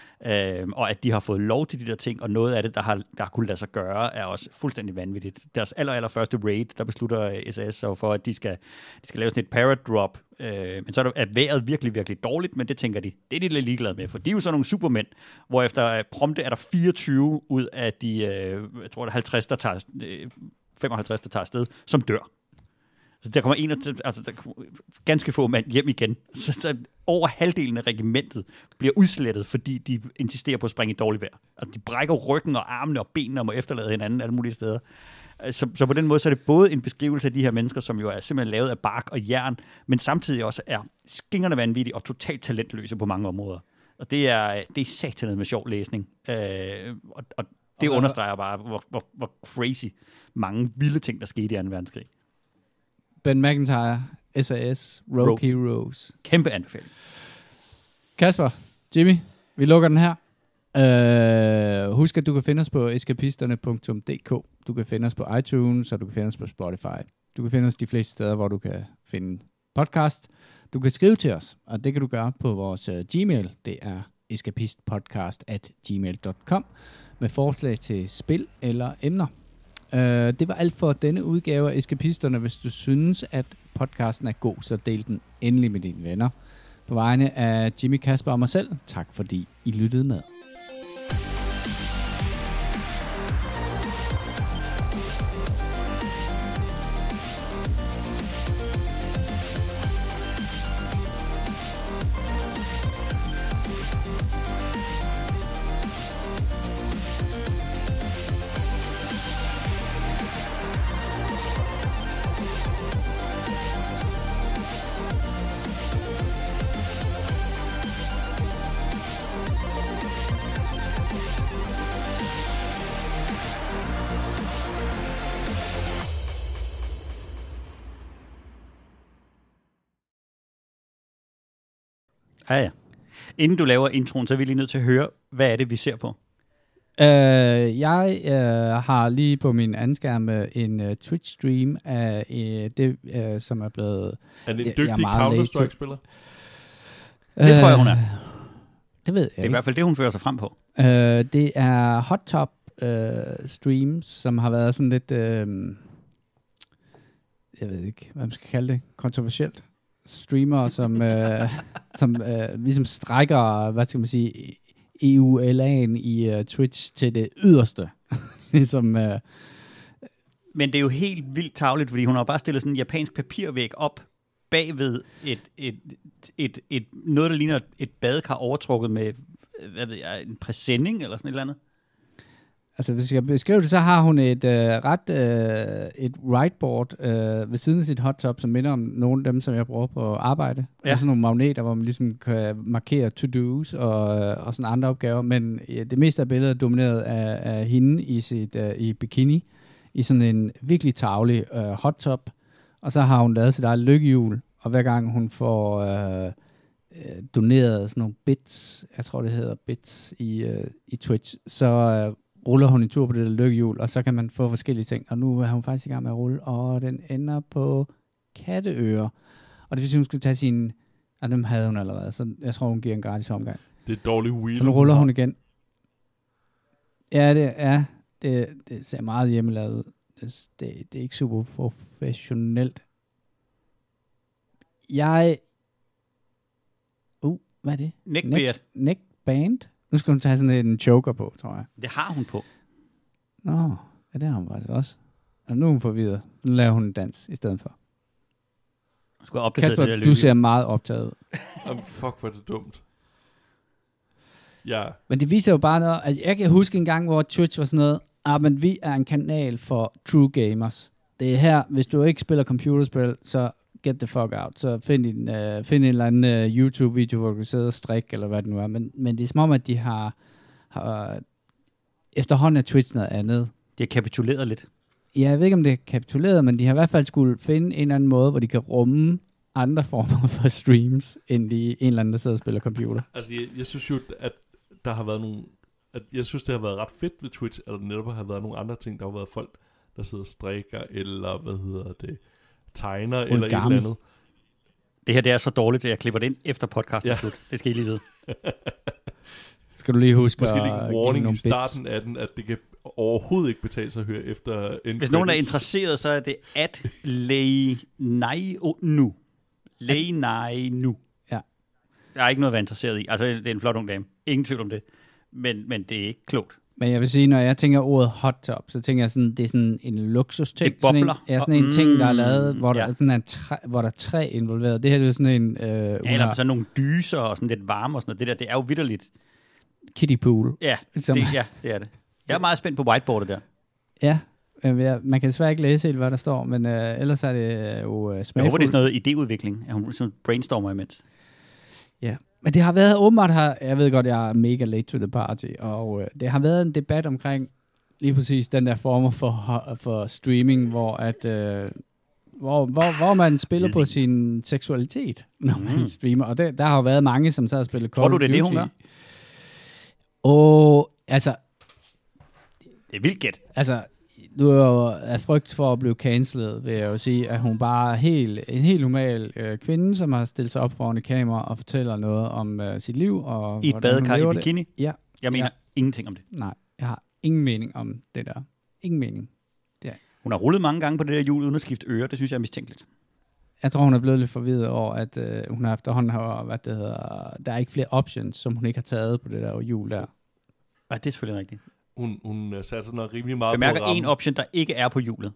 Øhm, og at de har fået lov til de der ting, og noget af det, der har, der har kunnet lade sig gøre, er også fuldstændig vanvittigt. Deres aller, aller første raid, der beslutter S A S så for, at de skal, de skal lave sådan et paradrop, øh, men så er, der, er vejret virkelig, virkelig dårligt, men det tænker de, det er de lidt ligeglade med, for de er jo sådan nogle supermænd, hvor efter prompte er der fireogtyve ud af de, øh, jeg tror, der er halvtreds, der tager, øh, femoghalvtreds, der tager afsted, som dør. Så der kommer en, altså der kommer ganske få mand hjem igen. Så, så over halvdelen af regimentet bliver udslettet, fordi de insisterer på at springe i dårligt vejr. Altså de brækker ryggen og armene og benene og må efterlade hinanden alle mulige steder. Så, så på den måde så er det både en beskrivelse af de her mennesker, som jo er simpelthen lavet af bark og jern, men samtidig også er skingerne vanvittige og totalt talentløse på mange områder. Og det er, det er satanet med sjov læsning. Øh, og, og det og understreger bare, hvor, hvor, hvor crazy mange vilde ting, der skete i anden verdenskrig. Ben McIntyre, S A S, Rogue, Rogue Heroes. Kæmpe anbefaling. Kasper, Jimmy, vi lukker den her. Uh, husk, at du kan finde os på eskapisterne punktum d k. Du kan finde os på iTunes, og du kan finde os på Spotify. Du kan finde os de fleste steder, hvor du kan finde podcast. Du kan skrive til os, og det kan du gøre på vores uh, Gmail. Det er eskapistpodcast at gmail punktum com med forslag til spil eller emner. Uh, det var alt for denne udgave af Eskapisterne. Hvis du synes, at podcasten er god, så del den endelig med dine venner. På vegne af Jimmy, Kasper og mig selv, tak fordi I lyttede med. Ja, ja. Inden du laver introen, så er vi lige nødt til at høre, hvad er det, vi ser på? Uh, jeg uh, har lige på min anden skærm en uh, Twitch-stream af uh, det, uh, som er blevet... Er det en dygtig Counter-Strike-spiller? Uh, det tror jeg, hun er. Det ved jeg Det er i hvert fald det, hun fører sig frem på. Uh, det er Hot Top uh, streams, som har været sådan lidt... Uh, jeg ved ikke, hvad man skal kalde det. Kontroversielt. Streamer, som, øh, som øh, ligesom strækker, hvad skal man sige, E U L A'en i uh, Twitch til det yderste. ligesom, øh, Men det er jo helt vildt tarveligt, fordi hun har bare stillet sådan en japansk papirvæg op bagved et, et, et, et, noget, der ligner et badekar overtrukket med, hvad ved jeg, en præsending eller sådan et eller andet. Altså, hvis jeg beskriver det, så har hun et øh, ret øh, et whiteboard øh, ved siden af sit hot top, som minder om nogle af dem, som jeg bruger på arbejde. Ja. Og sådan nogle magneter, hvor man ligesom kan markere to-dos og, og sådan andre opgaver. Men ja, det meste af billedet er domineret af, af hende i sit øh, i bikini, i sådan en virkelig tarvelig øh, hot top. Og så har hun lavet sit eget lykkehjul, og hver gang hun får øh, øh, doneret sådan nogle bits, jeg tror det hedder bits i, øh, i Twitch, så øh, ruller hun en tur på det der lykkehjul, og så kan man få forskellige ting. Og nu er hun faktisk i gang med at rulle, og den ender på katteører. Og det vil sige, hun skulle tage sin... Og dem havde hun allerede, så jeg tror, hun giver en gratis omgang. Det er dårlig wheel. Så nu ruller hun igen. Ja, det er... Det, det ser meget hjemmelavet ud. Det, det, det er ikke super professionelt. Jeg... Uh, hvad er det? Neckbeard. Neck, neckband? Nu skal hun tage sådan en choker på, tror jeg. Det har hun på. Nå, ja, det har hun faktisk også. Og nu er hun forvirret. Nu laver hun en dans i stedet for. Skal jeg Kasper, det der du ser meget optaget ud. Oh, fuck, hvor er det dumt. Ja. Men det viser jo bare noget. Altså, jeg kan huske en gang, hvor Twitch var sådan noget, ah, men vi er en kanal for true gamers. Det er her, hvis du ikke spiller computerspil, så get the fuck out. Så find en, uh, find en eller anden uh, YouTube-video, hvor du kan sidde og strikke, eller hvad det nu er. Men, men det er som om, at de har, har uh, efterhånden er Twitch noget andet. De har kapituleret lidt. Ja, jeg ved ikke, om det er kapituleret, men de har i hvert fald skulle finde en eller anden måde, hvor de kan rumme andre former for streams, end de en eller anden, der sidder og spiller computer. Altså, jeg, jeg synes jo, at der har været nogle... At jeg synes, det har været ret fedt ved Twitch, at der netop har været nogle andre ting. Der har været folk, der sidder og strikker, eller hvad hedder det, tegner, Origami. Eller et eller andet. Det her, det er så dårligt, at jeg klipper det ind efter podcasten ja. slut. Det skal I lige vide. Skal du lige huske måske lige en warning i starten bits. Af den, at det kan overhovedet ikke betale sig at høre efter end Hvis nogen er interesseret, så er det at lay nej nu. Lay nej nu. Ja. Jeg er ikke noget at være interesseret i. Altså, det er en flot ung dame. Ingen tvivl om det. Men, men det er ikke klogt. Men jeg vil sige, når jeg tænker ordet hot top, så tænker jeg sådan, det er sådan en luksusting. Det bobler. Sådan en, ja, sådan en mm, ting, der er lavet, hvor der, ja. sådan er træ, hvor der er træ involveret. Det her det er sådan en... Øh, ja, eller har... sådan nogle dyser og sådan lidt varme og sådan noget. Det der, det er jo vitterligt. Kiddie pool. Ja, det, ja, det er det. Jeg er meget spændt på whiteboardet der. Ja, øh, jeg, man kan desværre ikke læse helt, hvad der står, men øh, ellers er det jo øh, smagfuldt. Jeg håber, det er sådan noget idéudvikling. At hun sådan brainstormer imens. Ja, men det har været åbenbart her, jeg ved godt, jeg er mega late to the party, og øh, det har været en debat omkring lige præcis den der former for, for streaming, hvor at, øh, hvor, hvor, hvor man spiller på sin seksualitet, når Mm. man streamer. Og det, der har jo været mange, som så har spillet Call Tror du, of det er det, hun Duty. gør? Og altså, Det er vildt gæt. altså, nu er jeg jo af frygt for at blive cancelled, vil jeg jo sige, at hun bare er helt, en helt normal øh, kvinde, som har stillet sig op foran et kamera og fortæller noget om øh, sit liv. Og I et hvordan hun badekar lever i det. bikini? Ja. Jeg mener Ja. ingenting om det. Nej, jeg har ingen mening om det der. Ingen mening. Hun har rullet mange gange på det der hjul uden at skifte øre. Det synes jeg er mistænkeligt. Jeg tror, hun er blevet lidt forvirret over, at øh, hun har efterhånden har, hvad det hedder, der er ikke flere options, som hun ikke har taget på det der hjul der. Nej, det er selvfølgelig rigtigt. Hun, hun uh, satte sig noget rimelig meget Jeg mærker på at en ramme. option, der ikke er på hjulet.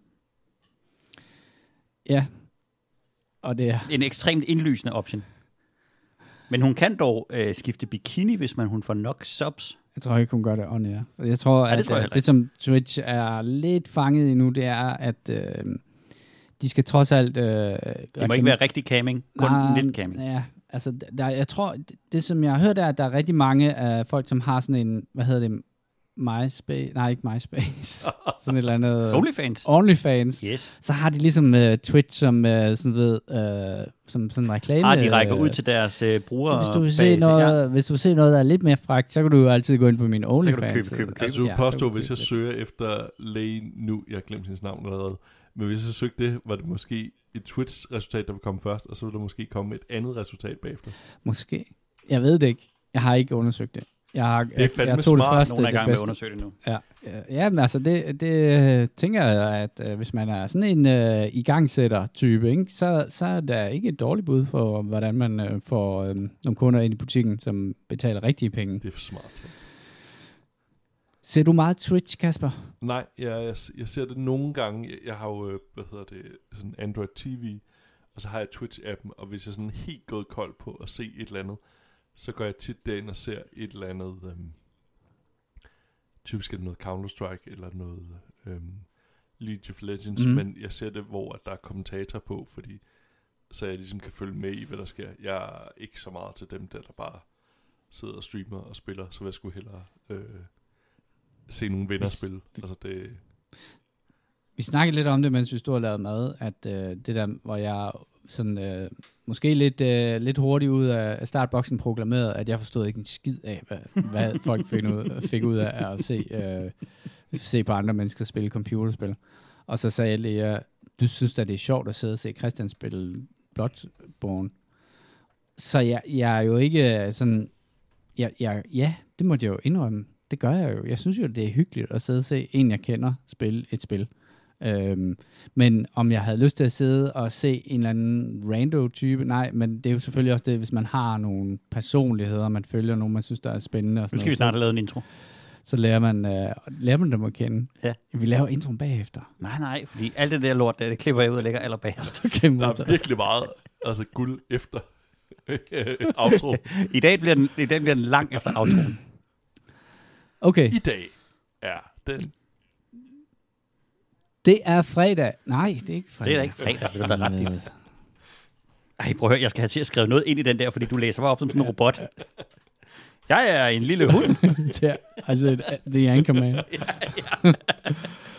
Ja. Og det er... En ekstremt indlysende option. Men hun kan dog øh, skifte bikini, hvis man hun får nok subs. Jeg tror ikke, hun gør det on air. Jeg tror, Ja, det at tror jeg øh, heller det, som Twitch er lidt fanget i nu, det er, at øh, de skal trods alt... Øh, Det må ikke være rigtig camming, kun Nej, lidt camming. Ja, altså, der, jeg tror, det, det som jeg har hørt er, at der er rigtig mange af folk, som har sådan en, hvad hedder det, MySpace, nej ikke MySpace, sådan et eller andet... Onlyfans. OnlyFans. Yes. Så har de ligesom uh, Twitch som, uh, sådan ved, uh, som sådan en reklame. Ah, de rækker øh, ud til deres uh, brugere. så hvis du vil se noget, ja. hvis du vil se noget, der er lidt mere fragt, så kan du jo altid gå ind på min OnlyFans. købe, købe, købe. Altså, du Ja, påstår, så hvis jeg købe søger efter Lane nu, jeg har glemt hendes navn allerede, men hvis jeg søgte det, var det måske et Twitch-resultat, der vil komme først, og så vil der måske komme et andet resultat bagefter. Måske. Jeg ved det ikke. Jeg har ikke undersøgt det. Jeg har, Det er jeg, fandme jeg tog det smart. første, Nogen er i det gang med at bedste. undersøge det nu. Ja, ja, ja, men altså det, det tænker jeg, at øh, hvis man er sådan en øh, igangsætter-type, ikke, så, så er der ikke et dårligt bud for, hvordan man øh, får øh, nogle kunder ind i butikken, som betaler rigtige penge. Det er for smart. Ser du meget Twitch, Kasper? Nej, jeg, jeg, jeg ser det nogle gange. Jeg, jeg har jo, øh, hvad hedder det, sådan Android T V, og så har jeg Twitch-appen, og hvis jeg sådan helt gået kold på at se et eller andet, så går jeg tit derind og ser et eller andet, øhm, typisk er det noget Counter-Strike, eller noget øhm, League of Legends, Mhm. mm. men jeg ser det, hvor at der er kommentator på, fordi så jeg ligesom kan følge med i, hvad der sker. Jeg er ikke så meget til dem, der, der bare sidder og streamer og spiller, så vil jeg skulle hellere øh, se nogle venner spille. Altså det... Vi snakkede lidt om det, mens vi stod og lavede mad, at øh, det der, hvor jeg sådan, øh, måske lidt, øh, lidt hurtigt ud af af startboksen proklamerede, at jeg forstod ikke en skid af, hvad, hvad folk fik ud, fik ud af at se, øh, se på andre mennesker spille computerspil. Og så sagde Lea, du synes da, det er sjovt at sidde og se Christian spille Bloodborne. Så jeg, jeg er jo ikke sådan... Jeg, jeg, ja, det måtte jeg jo indrømme. Det gør jeg jo. Jeg synes jo, det er hyggeligt at sidde og se en, jeg kender, spille et spil. Øhm, men om jeg havde lyst til at sidde og se en eller anden rando-type, nej, men det er jo selvfølgelig også det, hvis man har nogle personligheder, man følger nogen, man synes, der er spændende. Og sådan Nu skal vi noget, snart have lavet en intro. så, så lærer, man, øh, lærer man dem at kende. Ja. Vi laver introen bagefter. Nej, nej, fordi alt det der lort, der, det klipper jeg ud og lægger allerbagerst. Okay, Der er virkelig meget altså guld efter outro. I dag bliver den, i dag bliver den lang efter outroen. okay. I dag er den... Det er fredag. Nej, det er ikke fredag. Det er da ikke fredag, det er da ret dit. Ej, prøv at høre, jeg skal have til at skrive noget ind i den der, fordi du læser mig op som sådan en robot. Jeg er en lille hund. det er, altså, the Anchorman. ja, ja.